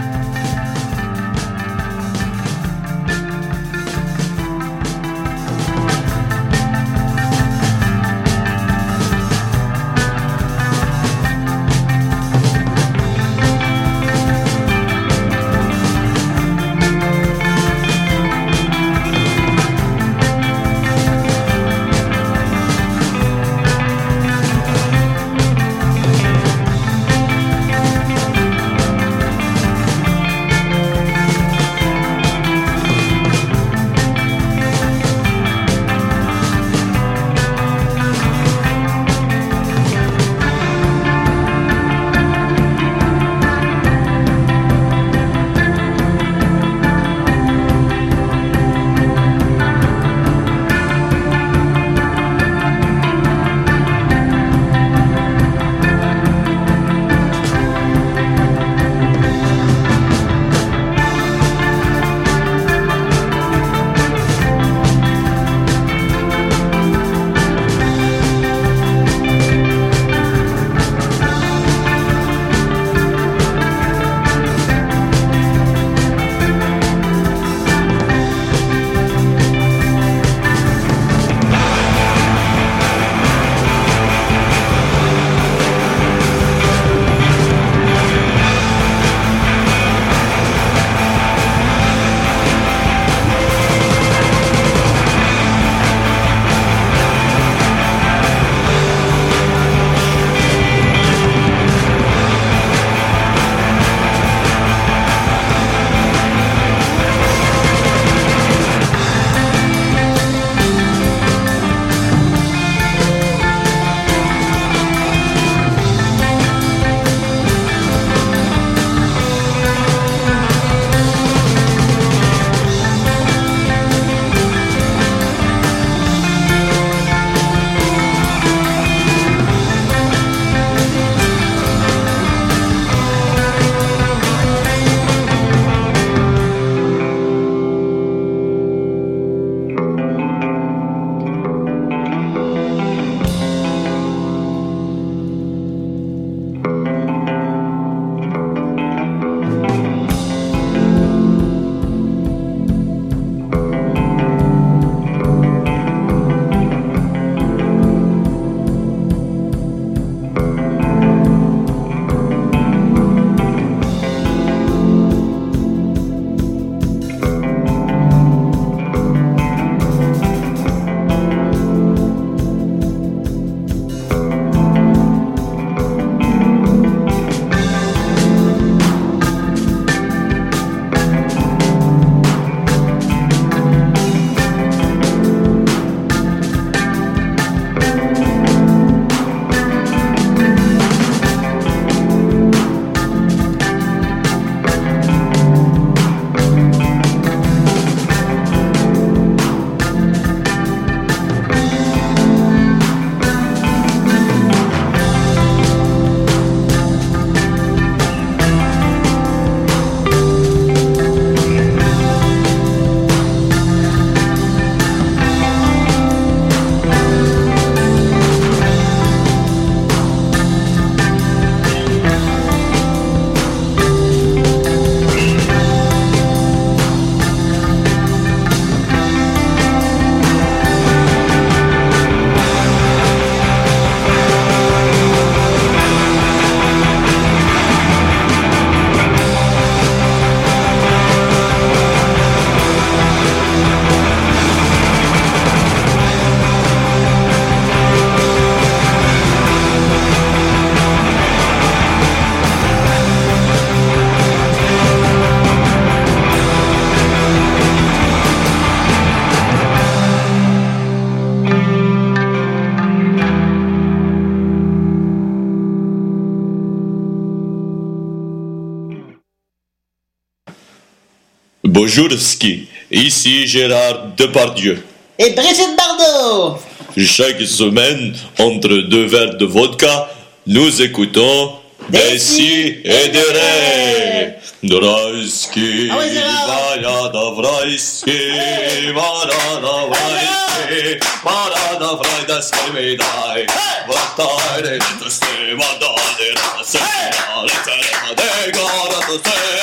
Bonjour Ski, ici Gérard Depardieu. Et Brigitte Bardot. Chaque semaine, entre 2 verres de vodka, nous écoutons des si et des ré. Draiski, Vajada Vraiski, Varada Vraiski, Varada Vraiski Vidai, Vartare, Tuste, Vadade, Rase, Rase, Gara,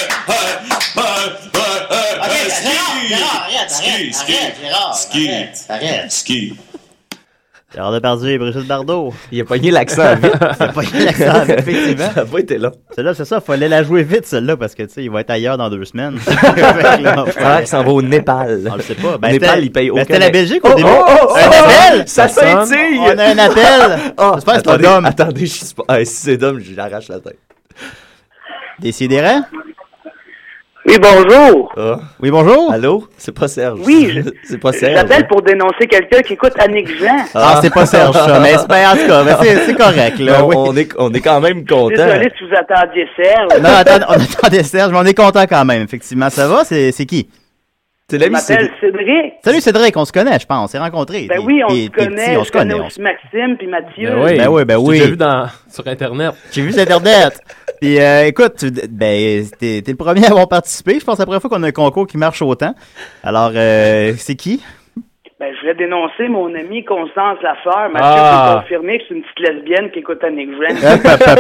Ski. Gérard Depardieu et Brigitte Bardot. Il a pogné l'accent vite. Il a pogné l'accent vite, effectivement. Ça n'a pas été long. Celle-là, c'est ça, il fallait la jouer vite, celle-là, parce que, tu sais, il va être ailleurs dans 2 semaines. Alors qu'il s'en va au Népal. On le sait pas. Au Népal, il paye aucun... C'était la Belgique au début. Un appel! Ça scintille! On a un appel! J'espère que c'est pas Dom. Attendez, si c'est Dom, j'arrache la tête. Décidérez? Oui, bonjour. Ah. Oui, bonjour. Allô? C'est pas Serge. Oui, c'est pas Serge. J'appelle pour dénoncer quelqu'un qui écoute Annick Jean. Ah, c'est pas Serge, ça. Mais c'est pas en tout cas. C'est correct, là. Non, Oui. on est quand même content. Désolé si vous attendiez Serge. Non, on attendait Serge, mais on est content quand même, effectivement. Ça va? C'est qui? C'est l'ami Je m'appelle Cédric. Salut Cédric, on se connaît, je pense. On s'est rencontrés. Ben oui, on se connaît. On se connaît. aussi Maxime puis Mathieu. Ben oui. Ben oui. J'ai vu sur Internet. J'ai vu sur Internet. Puis écoute, t'es le premier à avoir participé. Je pense que c'est la première fois qu'on a un concours qui marche autant. Alors, c'est qui? Ben, je voulais dénoncer mon amie Constance Lafleur. Mathieu peut confirmer que c'est une petite lesbienne qui écoute Annick Jean.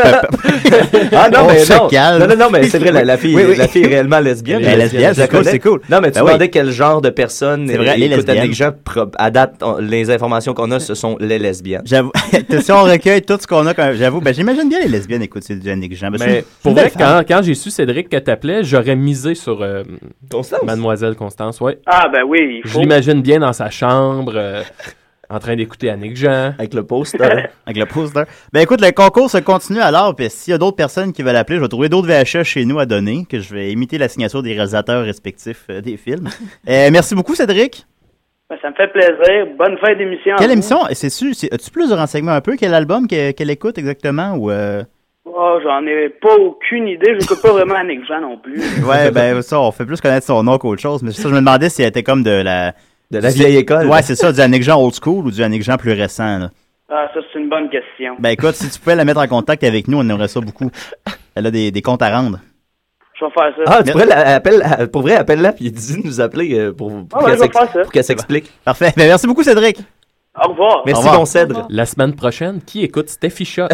Ah non, mais non. Calme. Non, mais c'est vrai, la fille est réellement lesbienne. Elle est lesbienne, c'est cool. Non, mais tu demandais quel genre de personnes écoute Annick Jean. À date, les informations qu'on a, ce sont les lesbiennes. J'avoue, si on recueille tout ce qu'on a, j'avoue, j'imagine bien les lesbiennes écouter du Annick Jean. Mais pour vrai, quand j'ai su, Cédric, que t'appelais, j'aurais misé sur Mademoiselle Constance, ouais. Ah, ben oui, il faut. Je l'imagine bien dans sa chambre, en train d'écouter Annick Jean. Avec le poster. Avec le poster. Ben écoute, le concours se continue alors, puis s'il y a d'autres personnes qui veulent appeler, je vais trouver d'autres VHS chez nous à donner, que je vais imiter la signature des réalisateurs respectifs des films. Merci beaucoup, Cédric. Ben, ça me fait plaisir. Bonne fin d'émission. Quelle émission? As-tu plus de renseignements un peu? Quel album qu'elle écoute exactement? Ou Oh, j'en ai pas aucune idée. Je n'écoute pas vraiment Annick Jean non plus. Ouais, ben ça, on fait plus connaître son nom qu'autre chose. Mais ça, je me demandais si elle était comme de la vieille école. Ouais, c'est ça, du Annick Jean old school ou du Annick Jean plus récent, là. Ah, ça, c'est une bonne question. Ben écoute, si tu pouvais la mettre en contact avec nous, on aimerait ça beaucoup. Elle a des comptes à rendre. Je vais faire ça. Ah, tu pourrais pour vrai, appelle-la puis dis de nous appeler pour qu'elle s'explique. Parfait. Ben, merci beaucoup, Cédric. Au revoir. Merci, bon Cèdre. La semaine prochaine, qui écoute Steffi Shot?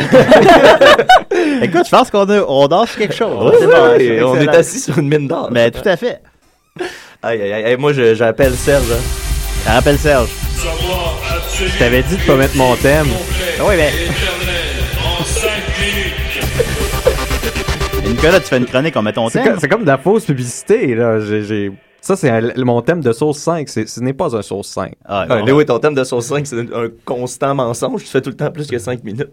Écoute, je pense qu'on danse quelque chose. On est assis sur une mine d'or. Ben, tout à fait. Aïe, moi, j'appelle Serge. Rappelle Serge. Je t'avais dit de pas mettre mon thème. Oui, mais. Nicolas, tu fais une chronique, on met ton thème. C'est comme de la fausse publicité, là. Ça, c'est mon thème de sauce 5. Ce n'est pas un sauce 5. Oui, ton thème de sauce 5, c'est un constant mensonge. Tu fais tout le temps plus que 5 minutes.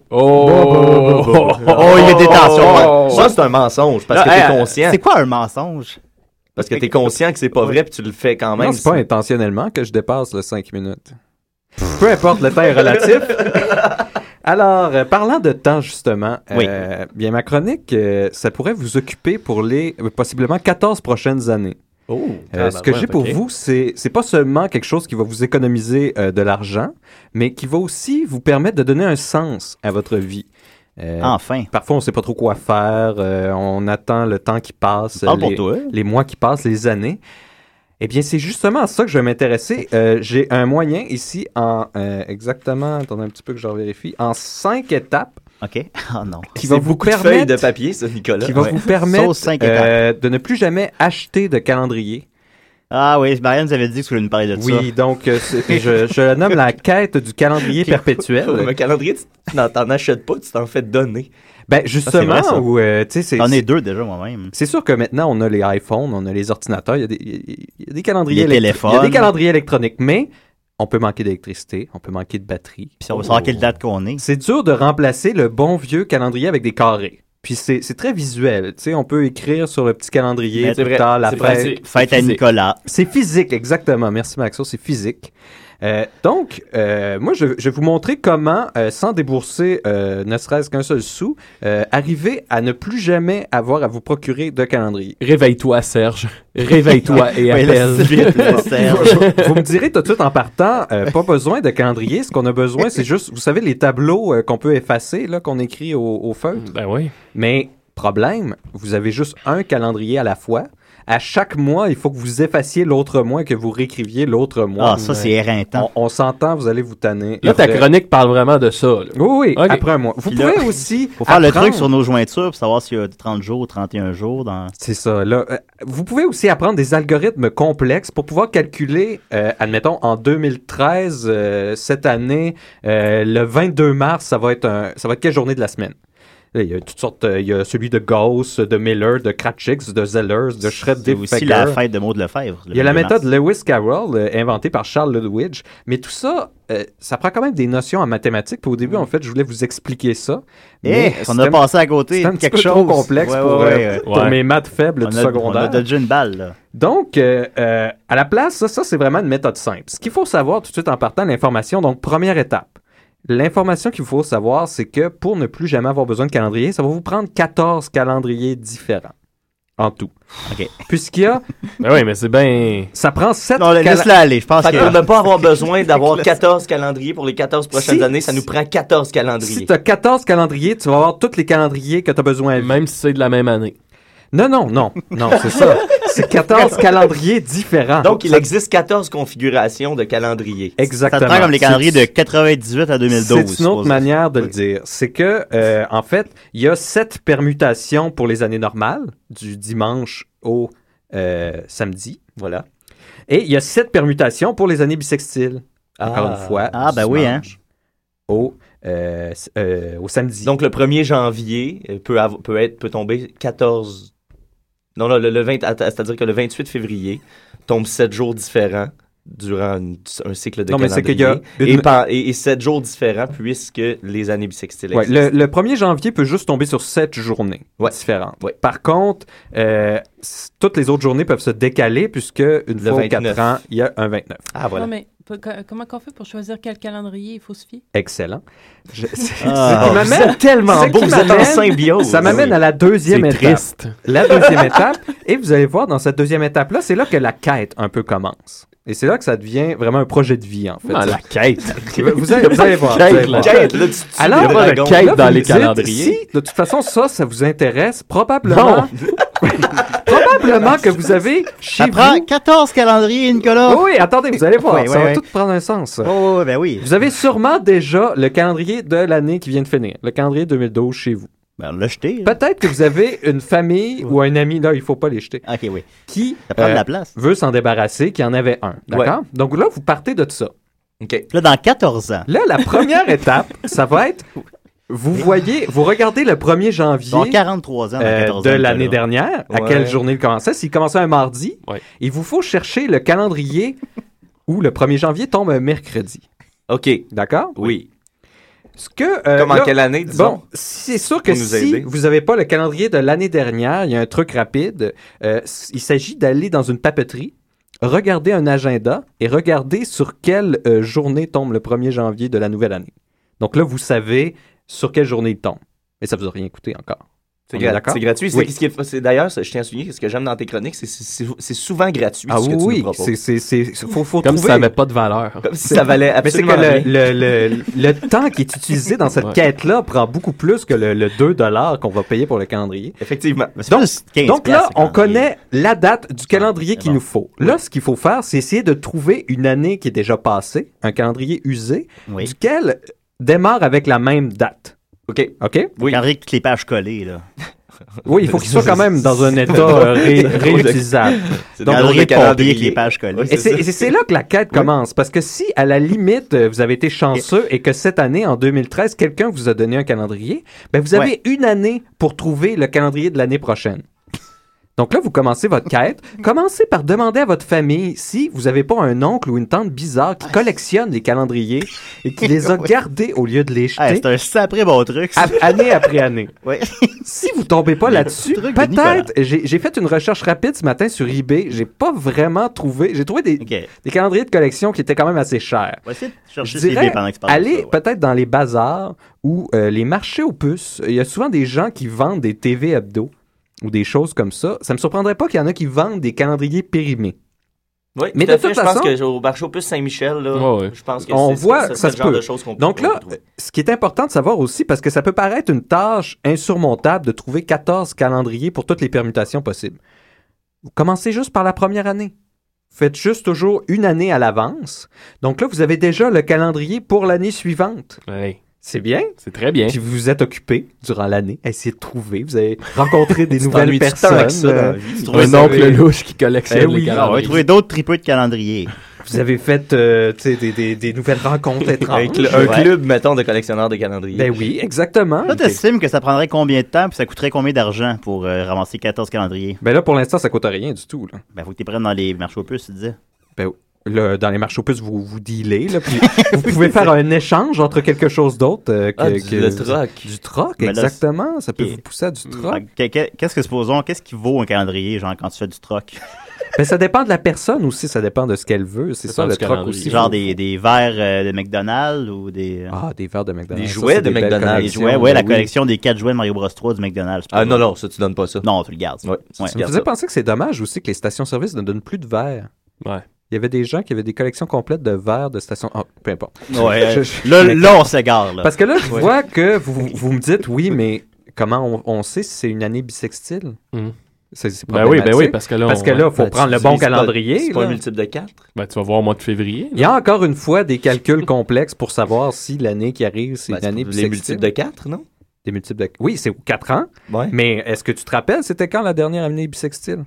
Il y a des tensions. Ça, c'est un mensonge parce que t'es conscient. C'est quoi un mensonge? Parce que t'es conscient que c'est pas vrai puis tu le fais quand même. Non, c'est pas intentionnellement que je dépasse le 5 minutes. Peu importe, le temps est relatif. Alors, parlant de temps, justement, bien, ma chronique, ça pourrait vous occuper pour les possiblement 14 prochaines années. Ce que j'ai pour vous, c'est pas seulement quelque chose qui va vous économiser de l'argent, mais qui va aussi vous permettre de donner un sens à votre vie. Enfin. Parfois, on ne sait pas trop quoi faire. On attend le temps qui passe, les mois qui passent, les années. Eh bien, c'est justement à ça que je vais m'intéresser. J'ai un moyen ici exactement, attendez un petit peu que je vérifie, en 5 étapes. OK. Oh non. Qui va vous permettre, de feuilles de papier, ça, Nicolas. Qui va vous permettre de ne plus jamais acheter de calendrier. Ah oui, Marianne nous avait dit que tu voulais nous parler de ça. Oui, donc je nomme la quête du calendrier perpétuel. Un calendrier, tu n'en achètes pas, tu t'en fais donner. Ben justement, J'en ai 2 déjà moi-même. C'est sûr que maintenant, on a les iPhones, on a les ordinateurs, il y a des calendriers téléphones. Il y a des calendriers électroniques, mais on peut manquer d'électricité, on peut manquer de batterie. Puis on va savoir quelle date qu'on est. C'est dur de remplacer le bon vieux calendrier avec des carrés. Puis c'est très visuel, tu sais, on peut écrire sur le petit calendrier, fête à Nicolas. C'est physique, exactement. Merci Maxo, c'est physique. Donc, moi, je vais vous montrer comment, sans débourser ne serait-ce qu'un seul sou, arriver à ne plus jamais avoir à vous procurer de calendrier. Réveille-toi, Serge. Réveille-toi et appelle. Vous me direz tout de suite en partant, pas besoin de calendrier. Ce qu'on a besoin, c'est juste, vous savez, les tableaux qu'on peut effacer, là, qu'on écrit au feutre. Ben oui. Mais, problème, vous avez juste un calendrier à la fois. À chaque mois, il faut que vous effaciez l'autre mois et que vous réécriviez l'autre mois. Ah, ça, c'est éreintant. On s'entend, vous allez vous tanner. Là, ta chronique parle vraiment de ça. Là. Oui, Okay. après un mois. Vous Puis pouvez là, aussi faut faire le truc sur nos jointures pour savoir s'il y a 30 jours, 31 jours. C'est ça. Là, vous pouvez aussi apprendre des algorithmes complexes pour pouvoir calculer, admettons, en 2013, cette année, le 22 mars, ça va être quelle journée de la semaine? Il y a toutes sortes, il y a celui de Gauss, de Miller, de Kratchix, de Zellers, de Shred-Diffie. C'est aussi la fête de Maud Lefebvre. Il y a la méthode Lewis Carroll, inventée par Charles Ludwig. Mais tout ça, ça prend quand même des notions en mathématiques. Puis au début, en fait, je voulais vous expliquer ça. Mais on a passé à côté c'est un quelque petit peu chose trop complexe pour mes maths faibles du secondaire. On a déjà une balle, là. Donc, à la place, ça, c'est vraiment une méthode simple. Ce qu'il faut savoir tout de suite en partant, l'information. Donc, première étape. L'information qu'il faut savoir, c'est que pour ne plus jamais avoir besoin de calendrier, ça va vous prendre 14 calendriers différents. En tout. OK. Puisqu'il y a... Ben oui, mais c'est bien... Ça prend 7... Non, laisse-la aller, je pense que... Pour ne pas avoir besoin d'avoir 14 calendriers pour les 14 prochaines années, ça nous prend 14 calendriers. Si tu as 14 calendriers, tu vas avoir tous les calendriers que tu as besoin. Même si c'est de la même année. Non, c'est ça. C'est 14 calendriers différents. Donc, il existe 14 configurations de calendriers. Exactement. Ça te prend comme les calendriers de 98 à 2012. C'est une autre manière de le dire. C'est que, en fait, il y a 7 permutations pour les années normales, du dimanche au samedi. Voilà. Et il y a 7 permutations pour les années bissextiles. Encore une fois. Ah, ben oui, hein. Au samedi. Donc, le 1er janvier peut tomber 14... Non, le 20, c'est-à-dire que le 28 février tombe 7 jours différents durant un cycle de calendrier. Mais c'est qu'il y a et 7 jours différents puisque les années bissextiles existent. existent. Le 1er janvier peut juste tomber sur 7 journées différentes. Ouais. Par contre, toutes les autres journées peuvent se décaler puisque une fois aux 4 ans, il y a un 29. Ah, voilà. Non, mais comment qu'on fait pour choisir quel calendrier il faut se fier? Excellent. Vous êtes tellement beau, vous êtes en symbiose. Ça m'amène à la deuxième étape. Triste. La deuxième étape, et vous allez voir dans cette deuxième étape-là, c'est là que la quête un peu commence. Et c'est là que ça devient vraiment un projet de vie, en fait. La quête. Vous allez voir. Alors, il n'y a pas de quête dans les calendriers. Si, de toute façon, ça vous intéresse, probablement... Probablement que vous avez chez prend 14 calendriers, Nicolas. Oui, attendez, vous allez voir. Ça va tout prendre un sens. Oui, ben oui. Vous avez sûrement déjà le calendrier de l'année qui vient de finir. Le calendrier 2012 chez vous. Ben, on l'a jeté. Peut-être que vous avez une famille ou un ami, là, il ne faut pas les jeter. OK, oui. Qui ça prend de la place. Veut s'en débarrasser, qui en avait un. D'accord? Ouais. Donc là, vous partez de ça. OK. Là, dans 14 ans. Là, la première étape, ça va être... Vous regardez le 1er janvier dans 43 ans, dans 14 de l'année dernière, à quelle journée il commençait. S'il commençait un mardi, il vous faut chercher le calendrier où le 1er janvier tombe un mercredi. OK. D'accord? Oui. Comme en quelle année, disons? Bon, c'est sûr que si vous n'avez pas le calendrier de l'année dernière, il y a un truc rapide. Il s'agit d'aller dans une papeterie, regarder un agenda et regarder sur quelle journée tombe le 1er janvier de la nouvelle année. Donc là, vous savez sur quelle journée il tombe. Mais ça ne vous a rien coûté encore. C'est gratuit. Oui. D'ailleurs, je tiens à souligner que ce que j'aime dans tes chroniques, c'est souvent gratuit. Ah ce que tu oui, nous proposes. faut comme trouver... si ça n'avait pas de valeur. Comme si ça valait absolument rien. Le temps qui est utilisé dans cette quête-là prend beaucoup plus que le 2$ qu'on va payer pour le calendrier. Effectivement. Donc là, on connaît la date du calendrier qu'il nous faut. Là, ce qu'il faut faire, c'est essayer de trouver une année qui est déjà passée, un calendrier usé, duquel démarre avec la même date. OK. Oui. Calendrier avec les pages collées, là. Oui, il faut qu'il soit quand même dans un état réutilisable. Donc, calendrier avec les pages collées. Et c'est là que la quête commence. Parce que si, à la limite, vous avez été chanceux et que cette année, en 2013, quelqu'un vous a donné un calendrier, ben vous avez une année pour trouver le calendrier de l'année prochaine. Donc là, vous commencez votre quête. Commencez par demander à votre famille si vous n'avez pas un oncle ou une tante bizarre qui collectionne les calendriers et qui les a gardés au lieu de les jeter. C'est un sacré bon truc. Année après année. Ouais. Si vous tombez pas là-dessus, peut-être... J'ai fait une recherche rapide ce matin sur eBay. J'ai pas vraiment trouvé... J'ai trouvé des calendriers de collection qui étaient quand même assez chers. On va essayer de chercher Je dirais, eBay pendant que tu parles allez de ça, peut-être dans les bazars ou les marchés aux puces. Il y a souvent des gens qui vendent des TV hebdo ou des choses comme ça. Ça me surprendrait pas qu'il y en a qui vendent des calendriers périmés. Oui, mais tout de à fait, toute je façon, pense qu'au marché aux puces Saint-Michel, là, je pense que on voit c'est ça le se genre peut. de choses qu'on Donc peut là, trouver. ce qui est important de savoir aussi, parce que ça peut paraître une tâche insurmontable de trouver 14 calendriers pour toutes les permutations possibles. Vous commencez juste par la première année. Faites juste toujours une année à l'avance. Donc là, vous avez déjà le calendrier pour l'année suivante. Ouais. C'est bien. C'est très bien. Puis vous vous êtes occupé durant l'année à essayer de trouver. Vous avez rencontré des Tu nouvelles t'ennuies-tu tant personnes. avec ça dans la vie? Tu trouves Un ça oncle vrai? louche qui collectionne les On va calendriers. trouver d'autres tripeux de calendriers. Vous avez fait des nouvelles rencontres étranges. Un club, mettons, de collectionneurs de calendriers. Ben oui, exactement. Là, t'estimes que ça prendrait combien de temps puis ça coûterait combien d'argent pour ramasser 14 calendriers? Ben là, pour l'instant, ça coûte rien du tout. Là. Ben, faut que tu les prennes dans les marchés aux puces, tu disais. Ben, là, dans les marchés aux puces, vous dealez. Là, puis vous pouvez faire un échange entre quelque chose d'autre. Le troc. Du troc, Ben là, exactement. Ça peut vous pousser à du troc. Qu'est-ce qui vaut un calendrier, genre, quand tu fais du troc? Ben, ça dépend de la personne aussi, ça dépend de ce qu'elle veut. C'est ça, le troc aussi. Genre des verres de McDonald's ou des... Ah, des verres de McDonald's. Des jouets de McDonald's. Les jouets, ouais, la collection des 4 jouets de Mario Bros 3 du McDonald's. Ah non, ça, tu donnes pas ça. Non, tu le gardes. Ouais, Ça me faisait penser que c'est dommage aussi que les stations-service ne donnent plus de verres. Ouais. Il y avait des gens qui avaient des collections complètes de verres de stations... Ah, peu importe. Ouais, là, on s'égare, là. Parce que là, je vois que vous me dites, oui, mais comment on sait si c'est une année bissextile? C'est Ben oui, parce que là, il faut prendre le bon calendrier. C'est pas un multiple de 4. Ben, tu vas voir au mois de février. Il y a encore une fois des calculs complexes pour savoir si l'année qui arrive, c'est une année bissextile. Les multiples de 4, non? Des multiples de... Oui, c'est 4 ans. Ouais. Mais est-ce que tu te rappelles, c'était quand la dernière année bissextile?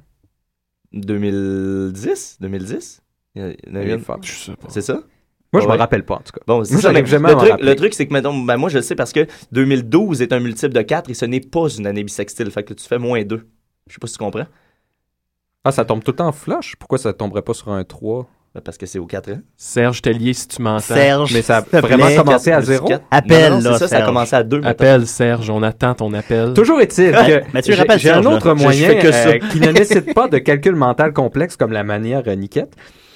2010? 2010? Il y en a une. Je sais pas. C'est ça? Moi, je me rappelle pas, en tout cas. Bon, c'est moi, ça, le truc, c'est que, mettons, moi, je le sais parce que 2012 est un multiple de 4 et ce n'est pas une année bissextile. Fait que tu fais moins 2. Je sais pas si tu comprends. Ah, ça tombe tout le temps en flush? Pourquoi ça tomberait pas sur un 3? Parce que c'est au 4 ans. Serge Tellier, si tu m'entends. Serge, mais ça a vraiment commencé à 0? Appelle, non, là, c'est ça, ça a commencé à 2. Appelle, Serge, on attend ton appel. Toujours est-il que Mathieu, j'ai un autre moyen que ça. qui ne nécessite pas de calcul mental complexe comme la manière Niquette.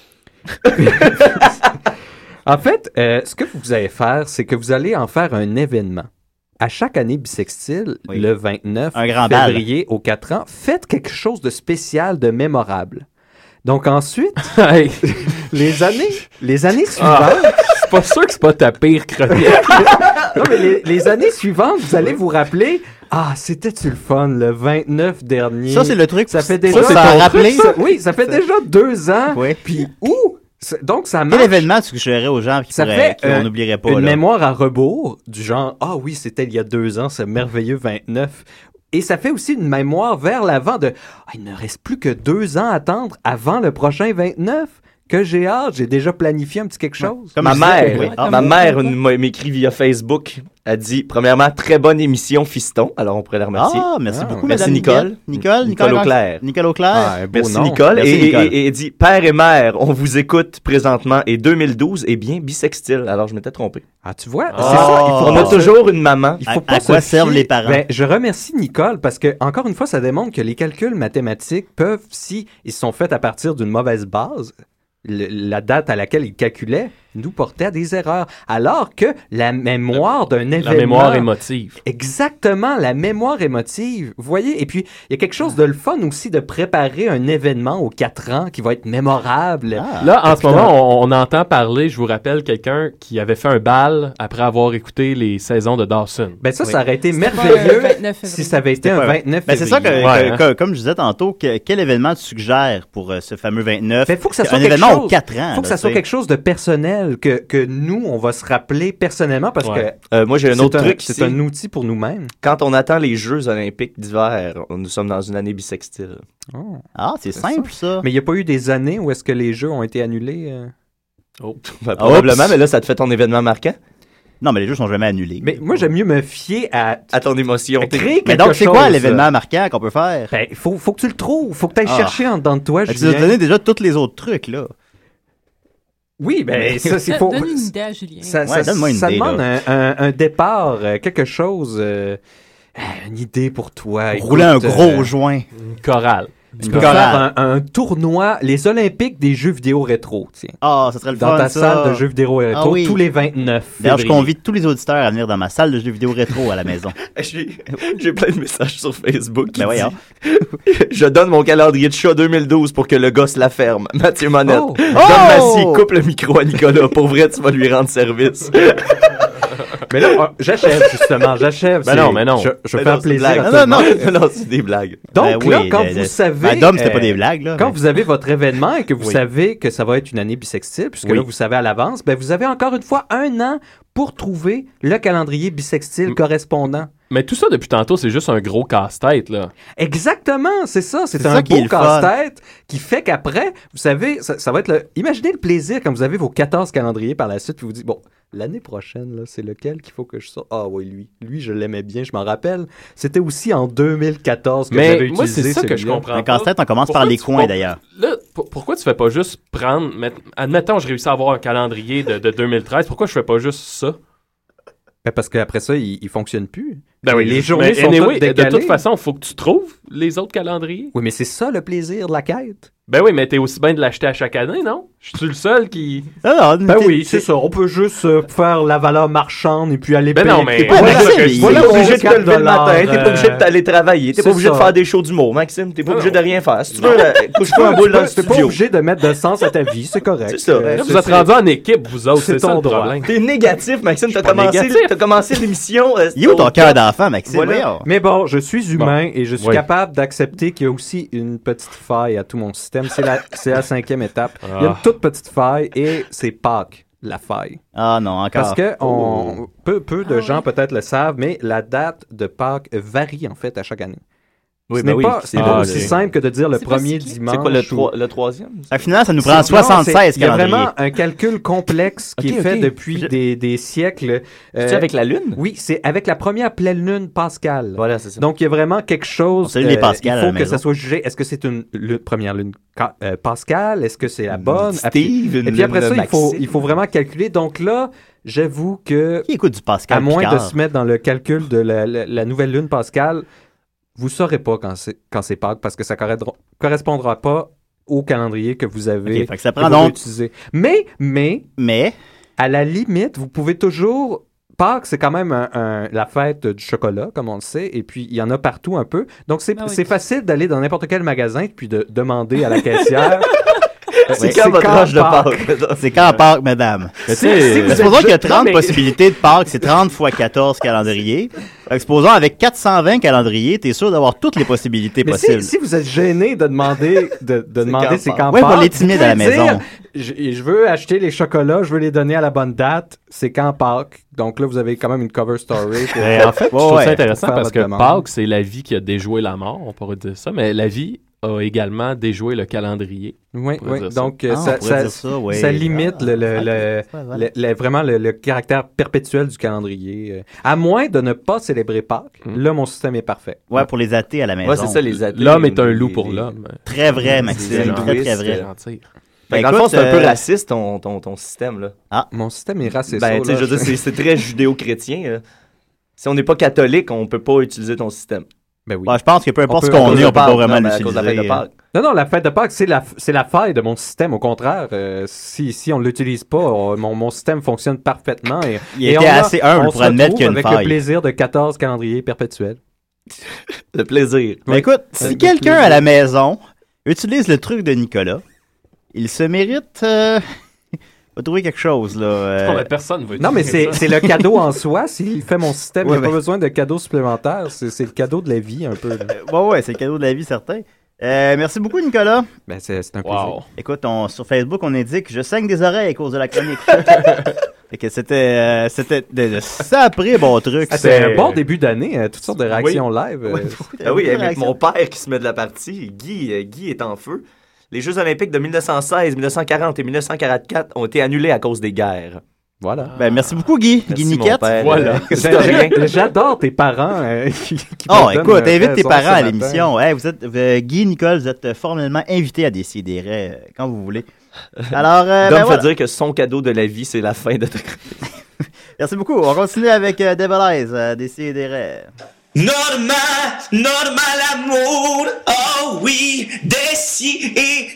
En fait, ce que vous allez faire, c'est que vous allez en faire un événement. À chaque année bissextile, le 29 février aux 4 ans, faites quelque chose de spécial, de mémorable. Donc ensuite, les années suivantes... C'est pas sûr que c'est pas ta pire chronique. Non, mais les années suivantes, vous allez vous rappeler... Ah, c'était-tu le fun, le 29 dernier? Ça, c'est le truc. Ça fait déjà... c'est ton rappelé? Oui, ça fait déjà 2 ans. Oui. Puis où? Donc, ça marche. Quel événement tu suggérerais aux gens qu'on n'oublierait pas? Une là? mémoire à rebours, du genre, ah oui, c'était il y a 2 ans, ce merveilleux 29. Et ça fait aussi une mémoire vers l'avant de, il ne reste plus que 2 ans à attendre avant le prochain 29. Que j'ai hâte, j'ai déjà planifié un petit quelque chose. Ma mère m'écrit via Facebook. Elle dit, premièrement, très bonne émission, fiston. Alors, on pourrait la remercier. Ah, merci beaucoup, merci Madame Nicole Auclair. Nicole Auclair. Ah, un beau merci, nom. Nicole. Merci, Nicole. Et elle dit, père et mère, on vous écoute présentement. Et 2012 est bien bisextile. Alors, je m'étais trompé. Ah, tu vois, c'est ça. On a toujours une maman. Il faut pas à quoi servent les parents? Ben, je remercie Nicole parce que, encore une fois, ça démontre que les calculs mathématiques peuvent, si ils sont faits à partir d'une mauvaise base, la date à laquelle ils calculaient nous portait à des erreurs. Alors que la mémoire d'un événement... La mémoire émotive. Exactement, la mémoire émotive. Vous voyez? Et puis, il y a quelque chose de le fun aussi de préparer un événement aux 4 ans qui va être mémorable. Là, en ce moment, on entend parler, je vous rappelle, quelqu'un qui avait fait un bal après avoir écouté les saisons de Dawson. Ben ça aurait été merveilleux si ça avait été un 29 février. Ben c'est ça que comme je disais tantôt, quel événement tu suggères pour ce fameux 29? Il faut que ça soit un quelque événement chose, aux 4 ans. Il faut que ça soit quelque chose de personnel, que nous, on va se rappeler personnellement parce que moi, j'ai un autre truc. C'est un outil pour nous-mêmes. Quand on attend les Jeux olympiques d'hiver, nous sommes dans une année bissextile. Oh. Ah, c'est simple, ça. Mais il n'y a pas eu des années où est-ce que les Jeux ont été annulés? Probablement, mais là, ça te fait ton événement marquant. Non, mais les jeux sont jamais annulés. Mais moi, j'aime mieux me fier à ton émotion. Mais donc, c'est quoi l'événement marquant qu'on peut faire? Ben, faut que tu le trouves. Faut que tu ailles chercher en dedans de toi, Tu nous as donné déjà tous les autres trucs, là. Oui, ben ça, c'est faux. Donne une idée à Julien. Donne-moi une ça idée, demande là. un départ, quelque chose, une idée pour toi. Rouler un gros joint. Une chorale. Tu peux faire un tournoi, les Olympiques des jeux vidéo rétro, tiens. Ah, ça serait le dans fun, ta ça. salle de jeux vidéo rétro, oui. tous les 29 D'ailleurs, je février. convie tous les auditeurs à venir dans ma salle de jeux vidéo rétro à la maison. J'ai plein de messages sur Facebook qui Ben voyons. dit je donne mon calendrier de chat 2012 pour que le gosse la ferme. Mathieu Monette. Oh. Donne Massy, coupe le micro à Nicolas. Pour vrai, tu vas lui rendre service. Mais là, j'achève, justement, j'achève. Ben non, mais non. Je Mais fais non, un c'est plaisir des à blagues. tout le monde. Non, c'est des blagues. Donc Ben là, oui, quand vous savez... Ben, Dom, c'était pas des blagues, là. Quand mais- vous avez votre événement et que vous Oui. savez que ça va être une année bissextile, puisque Oui. là, vous savez à l'avance, ben vous avez encore une fois 1 an pour trouver le calendrier bissextile correspondant. Mais tout ça, depuis tantôt, c'est juste un gros casse-tête, là. Exactement, c'est ça. C'est C'est un ça qui est beau le fun. casse-tête qui fait qu'après, vous savez, ça va être le... Imaginez le plaisir quand vous avez vos 14 calendriers par la suite, puis vous dites, bon, l'année prochaine, là, c'est lequel qu'il faut que je sorte? Ah oui, lui. Lui, je l'aimais bien, je m'en rappelle. C'était aussi en 2014 que j'avais Mais utilisé moi, c'est ça que je celui-là. comprends Un pas. casse-tête, on commence Pourquoi par les tu coins, pas- d'ailleurs. Là, pourquoi tu fais pas juste prendre... Admettons, je réussis à avoir un calendrier de 2013. Pourquoi je fais pas juste ça? Ben, parce qu'après ça, il fonctionne plus. Ben oui, les journées sont anyway, toutes décalées. de toute façon, il faut que tu trouves les autres calendriers. Oui, mais c'est ça le plaisir de la quête. Ben oui, mais t'es aussi bien de l'acheter à chaque année, non? Je suis le seul qui... Ah, non, Ben oui, c'est ça. On peut juste faire la valeur marchande et puis aller Ben payer. non, mais- T'es pas Ouais, obligé- Maxime, T'es voilà pas mon obligé de te lever le $4, matin, t'es pas obligé d'aller travailler, t'es c'est pas obligé de ça. faire des shows d'humour, Maxime, t'es pas obligé de rien faire. Si tu veux, couche Tu pas un boule dans le T'es pas studio. obligé de mettre de sens à ta vie, c'est correct. C'est ça. Là, vous êtes rendus en équipe, vous autres, c'est c'est ça ton le droit. problème. T'es négatif, Maxime, t'as pas négatif. commencé l'émission. Il est où ton cœur d'enfant, Maxime? Voilà. Voyons. Mais bon, je suis humain et je suis Oui. capable d'accepter qu'il y a aussi une petite faille à tout mon système. C'est la 5e étape. Il y a une toute petite faille et c'est Pâques, la faille. Ah non, encore. Parce que peu de gens peut-être le savent, mais la date de Pâques varie en fait à chaque année. Oui, Ce ben n'est oui, pas, c'est c'est pas ah, aussi oui. simple que de dire le C'est pas premier cyclique. dimanche. C'est quoi le troisième? Finalement, ça nous prend Non, 76 Il y a calendriers. vraiment un calcul complexe qui Ok, est fait ok. depuis des siècles. C'est avec la Lune? Oui, c'est avec la première pleine lune pascale. Voilà, c'est ça. Donc, il y a vraiment quelque chose. On salue les Pascal il à faut la que maison. ça soit jugé. Est-ce que c'est une première lune pascale? Est-ce que c'est la bonne? Steve, Et puis après ça, Maxime. il faut vraiment calculer. Donc là, j'avoue que, Qui écoute du Pascal à moins Picard? de se mettre dans le calcul de la nouvelle lune pascale, vous saurez pas quand c'est Pâques parce que ça correspondra pas au calendrier que vous avez Ok, fait que ça que prend vous donc- utilisé. Mais, Mais, à la limite, vous pouvez toujours... Pâques, c'est quand même la fête du chocolat, comme on le sait, et puis il y en a partout un peu. Donc, c'est Ah oui. c'est facile d'aller dans n'importe quel magasin puis de demander à la caissière... C'est quand votre âge de Pâques? c'est quand Pâques, madame? Mais tu sais, Supposons qu'il y a 30 Non, mais- possibilités de Pâques, c'est 30 fois 14 calendriers. Fait que supposons avec 420 calendriers, t'es sûr d'avoir toutes les possibilités Mais possibles. si vous êtes gêné de demander, de demander quand c'est Pâques. quand Ouais, pour Pâques, les timides vous à la pouvez maison. dire, je veux acheter les chocolats, je veux les donner à la bonne date, c'est quand Pâques. Donc là, vous avez quand même une cover story. pour- Mais en fait, je trouve Ouais, ça intéressant pour faire parce votre que demande. Pâques, c'est la vie qui a déjoué la mort, on pourrait dire ça, mais la vie a également déjoué le calendrier. Oui, pourrait oui. dire ça. Donc, Ah, on pourrait dire ça, oui. ça limite Voilà. vraiment le caractère perpétuel du calendrier. À moins de ne pas célébrer Pâques, là, mon système est parfait. Ouais, pour les athées à la maison. Ouais, c'est ça, les athées. L'homme est un loup pour l'homme. Très vrai, C'est Maxime. Très, très vrai. Gentil. Fait que dans le fond, Écoute, c'est un peu raciste, ton système, là. Mon système est raciste. Ben, tu sais, je veux dire, c'est très judéo-chrétien. Si on n'est pas catholique, on peut pas utiliser ton système. Ben oui. Ouais, je pense que peu importe On ce peut- qu'on À est, cause on de peut pas Pâques, vraiment non, mais à cause de la fête de l'utiliser. Pâques. Non, la fête de Pâques, c'est la faille de mon système. Au contraire, si on ne l'utilise pas, mon système fonctionne parfaitement. Et, Il et était on a- assez humble on pour se admettre retrouve qu'il y a une avec faille. le plaisir de 14 calendriers perpétuels. Le plaisir. Ben écoute, si Avec quelqu'un plaisir. à la maison utilise le truc de Nicolas, il se mérite... va trouver quelque chose, là. Non, mais personne veut Non, mais utiliser ça. c'est le cadeau en soi. S'il fait mon système, Ouais, il n'y a ben- pas besoin de cadeaux supplémentaires. C'est le cadeau de la vie, un peu. là. Ouais, c'est le cadeau de la vie, certain. Merci beaucoup, Nicolas. Ben, c'est un plaisir. Wow. Écoute, sur Facebook, on indique « Je saigne des oreilles à cause de la chronique ». Fait que c'était de saprés bons trucs. Ah, c'est un bon début d'année. Toutes sortes de réactions live. Ah oui, avec réaction. mon père qui se met de la partie, Guy est en feu. Les Jeux olympiques de 1916, 1940 et 1944 ont été annulés à cause des guerres. Voilà. Ben, merci beaucoup, Guy. Guy Niquette. Voilà. J'adore tes parents. Qui écoute, invite tes parents à l'émission. Hey, vous êtes, Guy, Nicole, vous êtes formellement invités à Décideret quand vous voulez. Alors, Dom fait dire que son cadeau de la vie, c'est la fin de ta chronique. Merci beaucoup. On continue avec Devil Eyes, Décideret. Normal amour, oh oui, décidéré,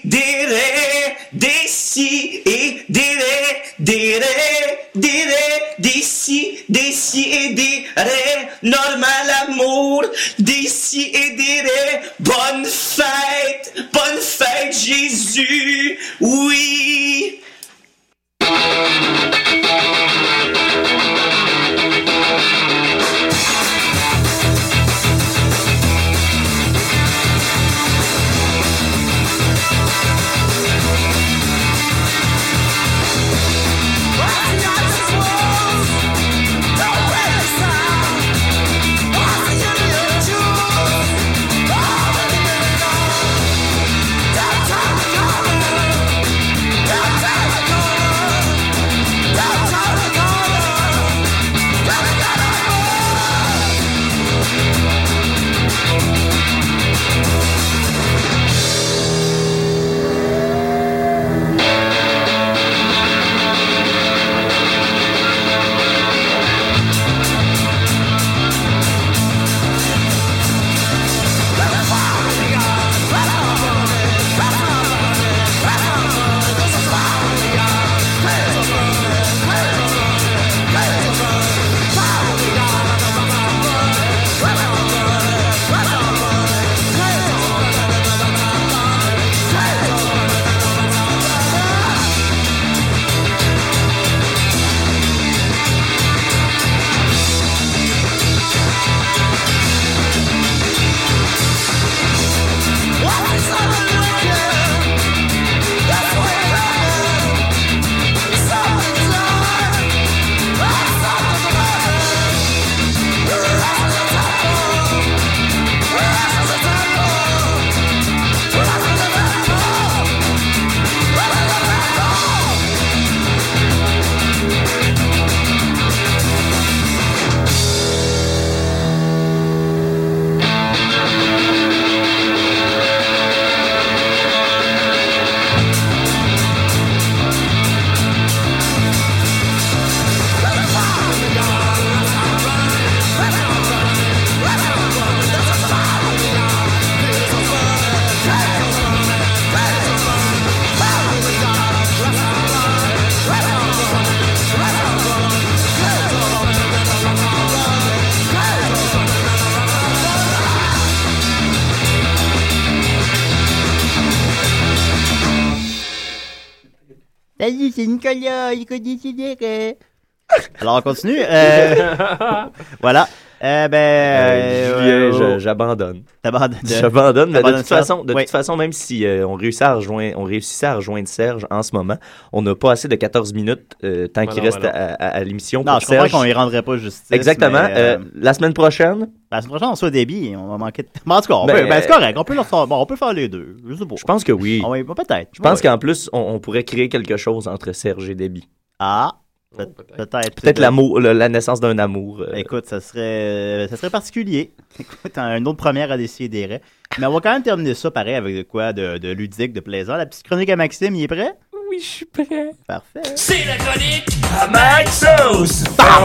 normal amour, décidéré, bonne fête, Jésus, oui. Salut, c'est Nicolas, il connaît Décideret. Alors, on continue. Voilà. Julien, j'abandonne. J'abandonne. De toute façon, même si on réussissait à rejoindre Serge en ce moment, on n'a pas assez de 14 minutes tant qu'il reste à l'émission. Non, je comprends qu'on y rendrait pas justice. Exactement. Mais, la semaine prochaine, on soit débit, on va manquer de... En tout cas, c'est correct. On peut faire les deux. Je pense que oui. Peut-être. Je pense qu'en plus, on pourrait créer quelque chose entre Serge et Déby. Ah. Peut-être l'amour, la naissance d'un amour. Écoute, ça serait particulier. Écoute, une autre première à Décideret. Mais on va quand même terminer ça pareil avec de quoi de ludique, de plaisant. La petite chronique à Maxime, il est prêt? Oui, je suis prêt. Parfait. C'est la chronique à Maxos.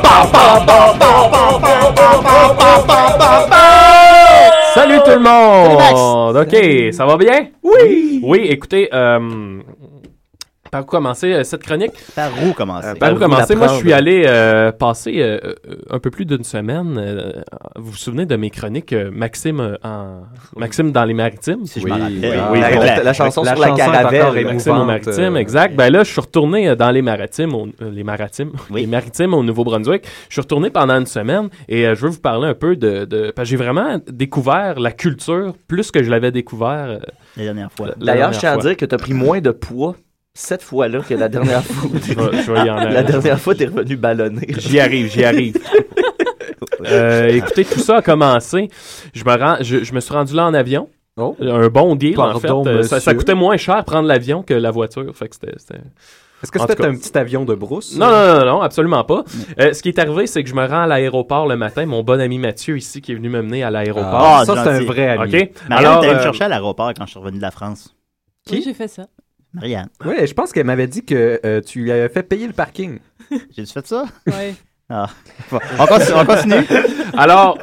Salut tout le monde! OK, ça va bien? Oui! Oui, écoutez, par où commencer cette chronique? Par où commencer? Moi, je suis allé passer un peu plus d'une semaine. Vous vous souvenez de mes chroniques Maxime dans les Maritimes? Si je m'en rappelle. Oui, la chanson sur la caravelle. Maxime aux Maritimes, exact. Ben là, je suis retourné dans les Maritimes, les Maritimes au Nouveau-Brunswick. Je suis retourné pendant une semaine et je veux vous parler un peu de parce que j'ai vraiment découvert la culture plus que je l'avais découvert la dernière fois. D'ailleurs, je tiens à dire que tu as pris moins de poids cette fois-là que la dernière fois. Je vais y en aller. La dernière fois, t'es revenu ballonner. J'y arrive. Écoutez, tout ça a commencé. Je me suis rendu là en avion. Oh. Un bon deal, Pardon, en fait. Ça monsieur. coûtait moins cher prendre l'avion que la voiture. Fait que c'était... Est-ce que c'était un petit avion de brousse? Non, absolument pas. Ce qui est arrivé, c'est que je me rends à l'aéroport le matin. Mon bon ami Mathieu ici qui est venu me mener à l'aéroport. Ça, c'est un vrai ami. OK. Marianne, t'allais me chercher à l'aéroport quand je suis revenu de la France. Qui? Oui, j'ai fait ça. Marianne. Oui, je pense qu'elle m'avait dit que tu lui avais fait payer le parking. J'ai-tu fait ça? Oui. Ah. On continue. Alors...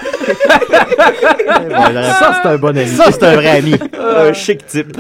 Ça, c'est un bon ami. Ça, c'est un vrai ami. Un chic type.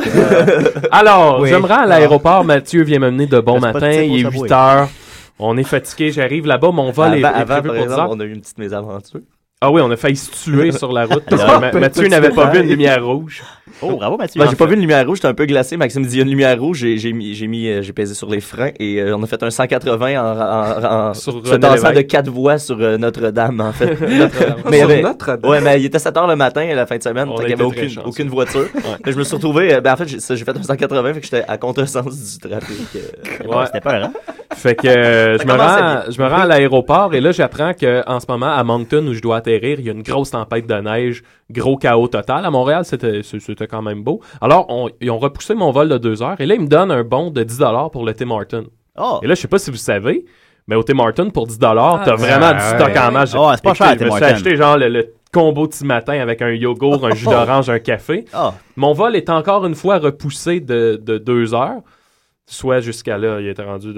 Alors, Oui. je me rends à l'aéroport. Mathieu vient me mener de bon C'est pas matin. le type Il est au 8 Subway. heures. On est fatigué. J'arrive là-bas. Mon vol est Avant, prévu par pour 10 exemple, heures. on a eu une petite mésaventure. Ah oui, on a failli se tuer sur la route. Parce que Mathieu n'avait pas vu une lumière rouge. Oh, bravo, Mathieu. Ben, j'ai pas vu une lumière rouge, j'étais un peu glacé. Maxime dit il y a une lumière rouge, j'ai pesé sur les freins et on a fait un 180 en Sur se René tassant de Lévesque. 4 voies sur Notre-Dame, en fait. Mais il y Notre-Dame. Ouais, mais il était 7h le matin à la fin de semaine, On donc a il y avait été très chanceux. aucune voiture. Mais je me suis retrouvé, en fait, j'ai fait un 180, fait que j'étais à contresens du trafic. Ouais. C'était pas grave. Fait que je me rends à l'aéroport et là j'apprends que en ce moment à Moncton où je dois atterrir, il y a une grosse tempête de neige, gros chaos total. À Montréal, c'était quand même beau. Alors ils ont repoussé mon vol de 2 heures et là ils me donnent un bon de 10$ pour le Tim Hortons. Oh. Et là je sais pas si vous savez, mais au Tim Hortons pour 10$, t'as vraiment du stock en masse. Oh, c'est pas cher, Je me Tim suis Hortons. acheté genre le combo de ce matin avec un yogourt, un jus d'orange, un café. Oh. Mon vol est encore une fois repoussé de 2 heures. Soit jusqu'à là, il était rendu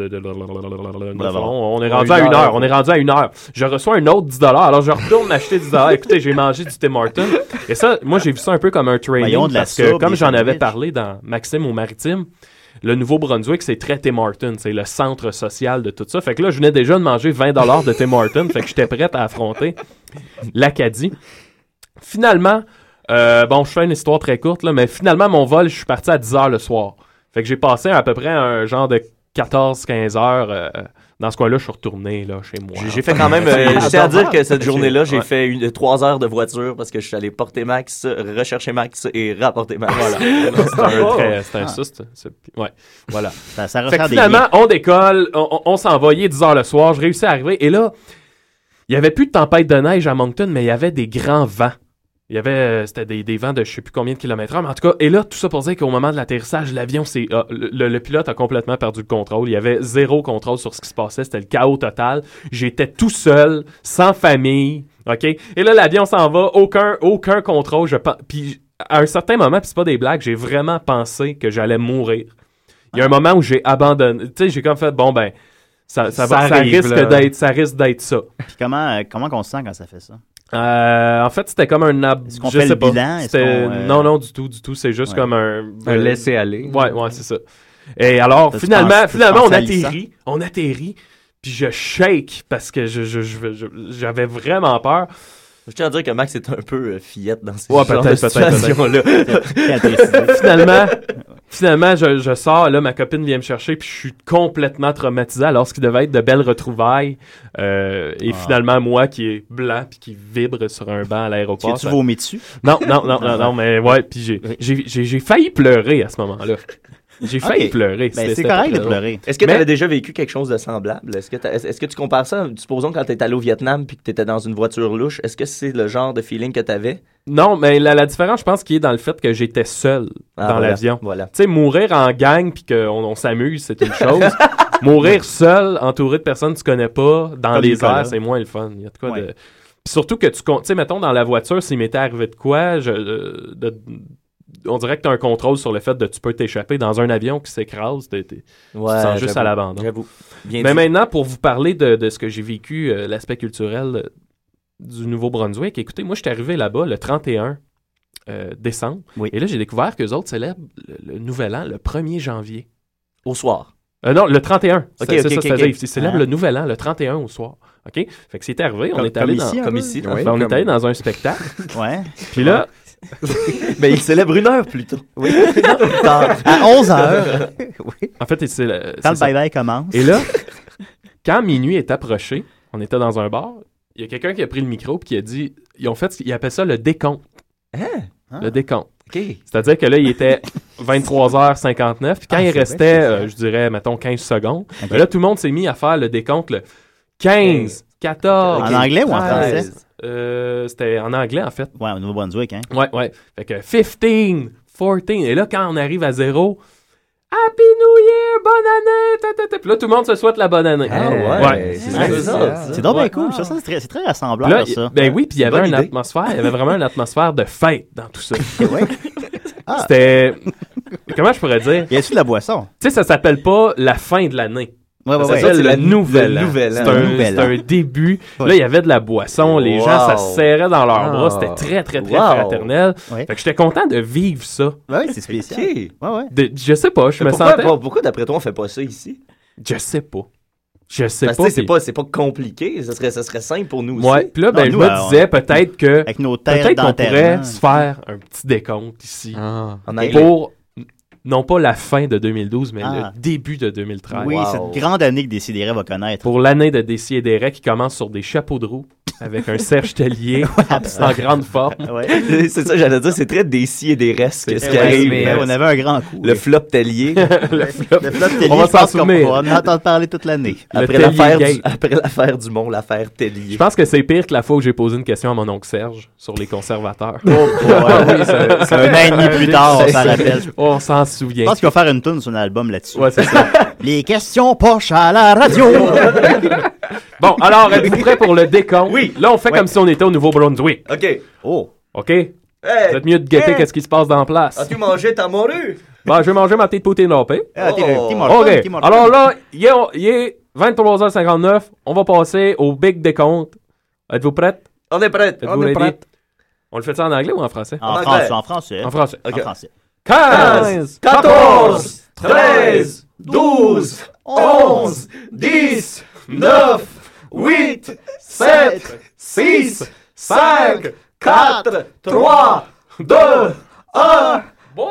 on est rendu à 1 heure. On est rendu à 1 heure. Je reçois un autre 10$. Alors, je retourne m'acheter 10$. Écoutez, j'ai mangé du Tim Hortons. Et ça, moi, j'ai vu ça un peu comme un training. Voyons, de la Parce que, soupe, comme des j'en avais sandwichs. parlé dans Maxime au Maritime, le Nouveau-Brunswick, c'est très Tim Hortons. C'est le centre social de tout ça. Fait que là, je venais déjà de manger 20$ de Tim Hortons. Fait que j'étais prête à affronter l'Acadie. Finalement, bon, je fais une histoire très courte, là, mais finalement, mon vol, je suis parti à 10h le soir. Fait que j'ai passé à peu près un genre de 14-15 heures dans ce coin-là. Je suis retourné là, chez moi. J'ai fait quand même, je tiens à dire que cette journée-là, j'ai Ouais. fait 3 heures de voiture parce que je suis allé porter Max, rechercher Max et rapporter Max. Voilà. C'était un suste. Ouais, voilà. Ça Fait que resserre des finalement, liens. on décolle, on s'en va, il est 10h le soir, je réussis à arriver. Et là, il n'y avait plus de tempête de neige à Moncton, mais il y avait des grands vents. Il y avait, c'était des vents de je sais plus combien de kilomètres heure, mais en tout cas, et là, tout ça pour dire qu'au moment de l'atterrissage, l'avion, le pilote a complètement perdu le contrôle. Il y avait zéro contrôle sur ce qui se passait. C'était le chaos total. J'étais tout seul, sans famille, OK? Et là, l'avion s'en va, aucun contrôle. Puis à un certain moment, puis c'est pas des blagues, j'ai vraiment pensé que j'allais mourir. Il y a un moment où j'ai abandonné. Tu sais, j'ai comme fait, bon, ben, ça risque d'être ça. Puis comment qu'on se sent quand ça fait ça? En fait, c'était comme un Est-ce qu'on fait le bilan? Non, du tout. C'est juste comme un laisser-aller. Ouais, c'est ça. Et alors, T'as-tu finalement, pensé on à Lisa? atterrit, puis je shake parce que j'avais vraiment peur. Je tiens à dire que Max est un peu fillette dans ces Ouais, genres de peut-être. situations-là. Finalement, je sors, là, ma copine vient me chercher, puis je suis complètement traumatisé alors ce qui devait être de belles retrouvailles. Et finalement, moi qui est blanc puis qui vibre sur un banc à l'aéroport. Tu vomi dessus? Non, mais ouais, puis j'ai failli pleurer à ce moment-là. J'ai failli pleurer. Ben, c'est correct de pleurer. Est-ce que tu avais déjà vécu quelque chose de semblable? Est-ce que tu compares ça, supposons quand tu étais allé au Vietnam puis que tu étais dans une voiture louche, est-ce que c'est le genre de feeling que tu avais? Non, mais la différence, je pense, qui est dans le fait que j'étais seul dans l'avion. Voilà. Tu sais, mourir en gang puis qu'on s'amuse, c'est une chose. Mourir seul, entouré de personnes que tu connais pas, dans Comme les Nicolas. airs, c'est moins le fun. Il y a de quoi de... Puis surtout que tu sais, mettons, dans la voiture, s'il m'était arrivé de quoi, on dirait que tu as un contrôle sur le fait de tu peux t'échapper dans un avion qui s'écrase, tu te sens juste à l'abandon. J'avoue. Mais maintenant, pour vous parler de ce que j'ai vécu, l'aspect culturel du Nouveau-Brunswick, écoutez, moi, je suis arrivé là-bas le 31 décembre, et là, j'ai découvert qu'eux autres célèbrent le Nouvel An le 1er janvier. Au soir? Non, le 31. C'est-à-dire, ils célèbrent le Nouvel An le 31 au soir. OK? Fait que c'est arrivé, on est allé on est allé dans un spectacle. Ouais. Puis là... Mais ils célèbrent 1 heure plus tôt. Oui. À 11h. Oui. En fait, quand le bye-bye commence. Et là, quand minuit est approché, on était dans un bar, il y a quelqu'un qui a pris le micro et qui a dit, ils appellent ça le décompte. Le décompte. Okay. C'est-à-dire que là, il était 23h59, puis quand il restait, je dirais, mettons, 15 secondes, ben là, tout le monde s'est mis à faire le décompte, le 15, 14... En anglais ou en français? C'était en anglais, en fait. Ouais, au Nouveau-Brunswick, hein. Ouais. Fait que 15, 14. Et là, quand on arrive à 0, Happy New Year, bonne année! Puis là, tout le monde se souhaite la bonne année. Ah ouais. C'est donc bien cool. Ça, c'est très rassemblant, là, ça. Ben oui, puis il y avait une atmosphère. Il y avait vraiment une atmosphère de fête dans tout ça. C'était... Comment je pourrais dire? Y a-tu de la boisson? Tu sais, ça s'appelle pas la fin de l'année. Ça s'appelle le nouvel an. C'est un début. Là, il y avait de la boisson. Les gens, ça se serrait dans leurs bras. C'était très, très, très fraternel. Fait que j'étais content de vivre ça. Oui, c'est spécial. Je sais pas, je me sentais... Pourquoi, d'après toi, on fait pas ça ici? Je sais pas. C'est pas compliqué. Ça serait simple pour nous aussi. Ouais, puis là, ben, je me disais peut-être que... Avec nos terres peut-être qu'on pourrait se faire un petit décompte ici. Pour... Non pas la fin de 2012, mais le début de 2013. Oui, cette grande année que Décideret va connaître. Pour l'année de Décideret qui commence sur des chapeaux de roue avec un Serge Tellier en grande forme. C'est ça, j'allais dire, c'est très Décideret-ce qui arrive. On avait un grand coup. Le flop Tellier. le flop Tellier, on va s'en souvenir. On va en entendre parler toute l'année. Après l'affaire Dumont, l'affaire Tellier. Je pense que c'est pire que la fois où j'ai posé une question à mon oncle Serge sur les conservateurs. Oui, c'est un an et demi plus tard, on s'en rappelle. On s'en souvient. Je pense qu'il va faire une tune sur un album là-dessus. Ouais, c'est ça. Les questions poches à la radio. Bon, alors, êtes-vous prêts pour le décompte? Oui. Là, on fait comme si on était au Nouveau-Brunswick. OK. OK? Vous êtes mieux de guetter qu'est-ce qui se passe dans la place. As-tu mangé ta morue? Ben, je vais manger ma petite poutine râpée. OK. Alors là, il est 23h59. On va passer au big décompte. Êtes-vous prêts? On est prêts. On est prêts. On le fait ça en anglais ou en français? En français. En français. En français. 15, 14, 13, 12, 11, 10, 9, 8, 7, 6, 5, 4, 3, 2, 1. Bonne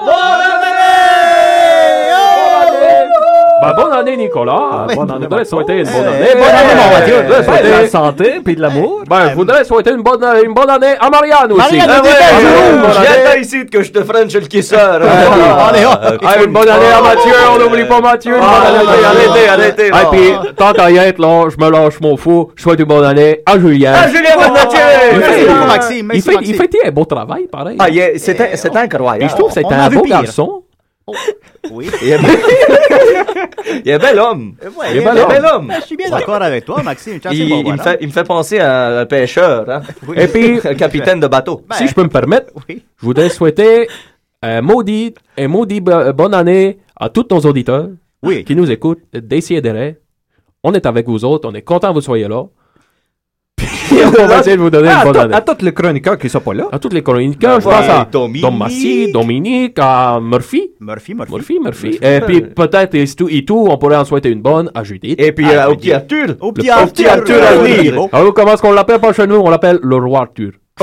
Ben, bonne année, Nicolas. Bonne année, je voudrais souhaiter une bonne année. Bonne année, mon Mathieu. De la santé puis de l'amour. Ben, je voudrais souhaiter une bonne année à Marianne aussi. Viens ici que je te french le kisseur. Une bonne année à Mathieu. On n'oublie pas Mathieu. Arrêtez. Et puis, tant qu'à y être, là, je me lâche mon fou. Je souhaite une bonne année à Julien. Maxime. Il fait un beau travail, pareil. C'est incroyable. Et je trouve que c'est un beau garçon. Oui. Il est un bel homme. Il est un bel homme. Je suis bien d'accord avec toi, Maxime. Il me fait penser à un pêcheur. Hein? Et puis, un capitaine de bateau. Si je peux me permettre, je voudrais souhaiter maudit bonne année à tous nos auditeurs qui nous écoutent d'Décideret. On est avec vous autres. On est content que vous soyez là. On va essayer de vous donner une bonne année. À tous les chroniqueurs qui ne sont pas là. À tous les chroniqueurs, je pense à Dom Massy, Dominique, à Murphy. Et puis peut-être et tout, on pourrait en souhaiter une bonne à Judith. Et puis au petit Arthur. Au petit Arthur à venir. Alors comment est-ce qu'on l'appelle pas chez nous? On l'appelle le roi Arthur. Bon.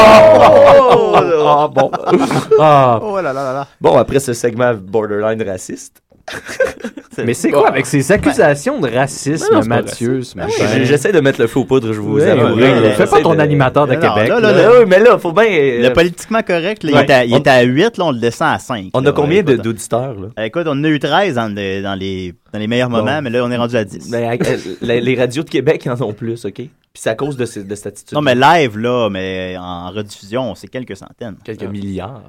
Oh là là. Bon, après ce segment borderline raciste. Mais c'est quoi avec ces accusations de racisme, Mathieu? J'essaie de mettre le feu aux poudres, je vous avoue. Fais pas ton animateur de Québec. Oui, mais là, faut bien... Le politiquement correct, il est à 8, là, on le descend à 5. On a combien d'auditeurs? Écoute, on en a eu 13 dans les meilleurs moments, mais là, on est rendu à 10. Les radios de Québec en ont plus, OK? Puis c'est à cause de cette attitude. Non, mais live, là, mais en rediffusion, c'est quelques centaines. Quelques milliards.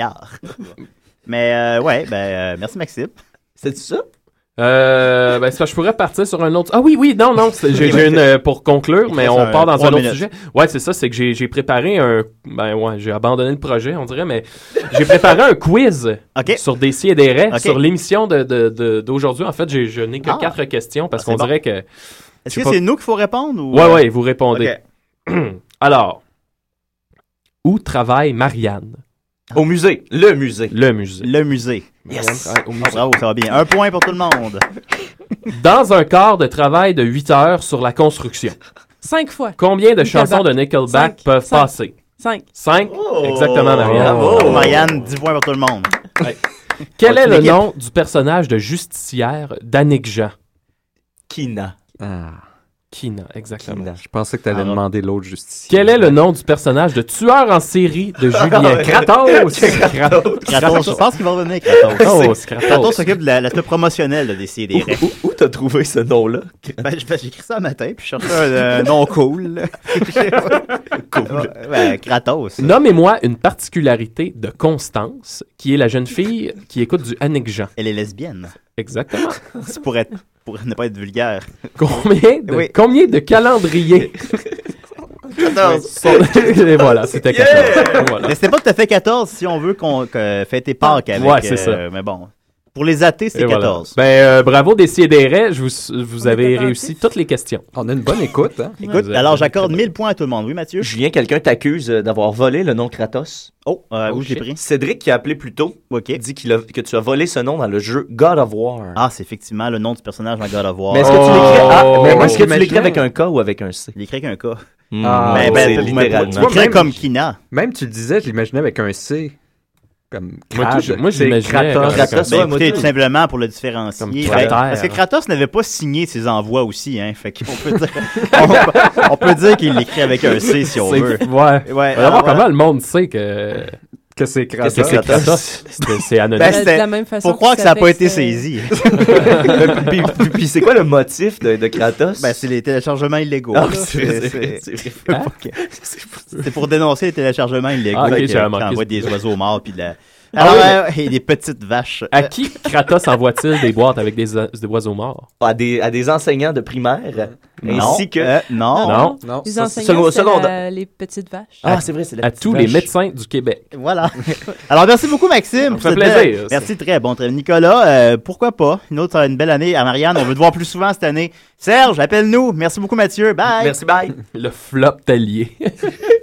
Mais merci Maxime. C'est ça? C'est parce que je pourrais partir sur un autre... Ah oui, non, j'ai une pour conclure, mais on part dans un autre sujet. Ouais, c'est ça, c'est que j'ai préparé j'ai abandonné le projet, on dirait, mais j'ai préparé un quiz sur Décideret, sur l'émission d'aujourd'hui. En fait, je n'ai que 4 questions parce qu'on dirait que... Est-ce que c'est nous qu'il faut répondre? Ou... Ouais, vous répondez. Alors, où travaille Marianne? Au musée. Le musée. Yes. Bravo, ça va bien. 1 point pour tout le monde. Dans un quart de travail de 8 heures sur la construction. 5 fois. Combien de chansons de Nickelback peuvent passer? 5. 5? Exactement, Marianne. Marianne, 10 points pour tout le monde. Quel est le nom du personnage de justicière d'Annick Jean? Kina. Kina, exactement. Je pensais que tu allais demander l'autre justicier. Quel est le nom du personnage de tueur en série de Julien? Kratos! Kratos, je pense qu'il va revenir, Kratos. Oh, c'est Kratos. Kratos s'occupe de l'aspect promotionnel de Décideret. Où t'as trouvé ce nom-là? J'ai écrit ça un matin, puis je cherchais un nom cool. Cool. Ouais, Kratos. Nommez-moi une particularité de Constance, qui est la jeune fille qui écoute du Annick Jean. Elle est lesbienne. Exactement. C'est pour ne pas être vulgaire. Combien de calendriers? 14. Et voilà, c'était 14. Yeah! Voilà. Mais c'était pas tout à fait 14 si on veut qu'on fêter Pâques avec. Ouais, c'est ça. Mais bon. Pour les athées, c'est 14. Voilà. Bravo Décideret, vous avez réussi toutes les questions. On a une bonne écoute. Hein? Écoute, alors j'accorde 1000 points à tout le monde. Oui, Mathieu? Julien, quelqu'un t'accuse d'avoir volé le nom Kratos. Oh, où je l'ai pris? Cédric qui a appelé plus tôt dit que tu as volé ce nom dans le jeu God of War. Ah, c'est effectivement le nom du personnage dans God of War. Mais est-ce que tu l'écris avec un K ou avec un C? Il écrit avec un K. C'est littéralement. Tu l'écris comme Kina. Même tu le disais, je l'imaginais avec un C. Comme moi je l'imaginais Kratos. Écoutez, tout simplement pour le différencier. Parce que Kratos n'avait pas signé ses envois aussi, hein. Fait qu'on peut dire, on peut dire qu'il l'écrit avec un C si on veut. Ouais. Alors, comment le monde sait que c'est Kratos? C'est anonyme. De la même façon faut croire que ça n'a pas été saisi. Puis c'est quoi le motif de Kratos? C'est les téléchargements illégaux. C'est pour dénoncer les téléchargements illégaux. Qui envoient des oiseaux morts puis de la... Alors, et des petites vaches. À qui Kratos envoie-t-il des boîtes avec des oiseaux morts? À des enseignants de primaire. Ainsi que... Non. Les enseignants, c'est les petites vaches. Ah, c'est vrai, c'est à tous les médecins du Québec. Voilà. Alors, merci beaucoup, Maxime. Ça fait plaisir. Merci, très bon. Nicolas, pourquoi pas? Une belle année à Marianne. On veut te voir plus souvent cette année. Serge, appelle-nous. Merci beaucoup, Mathieu. Bye. Merci, bye. Le flop talier.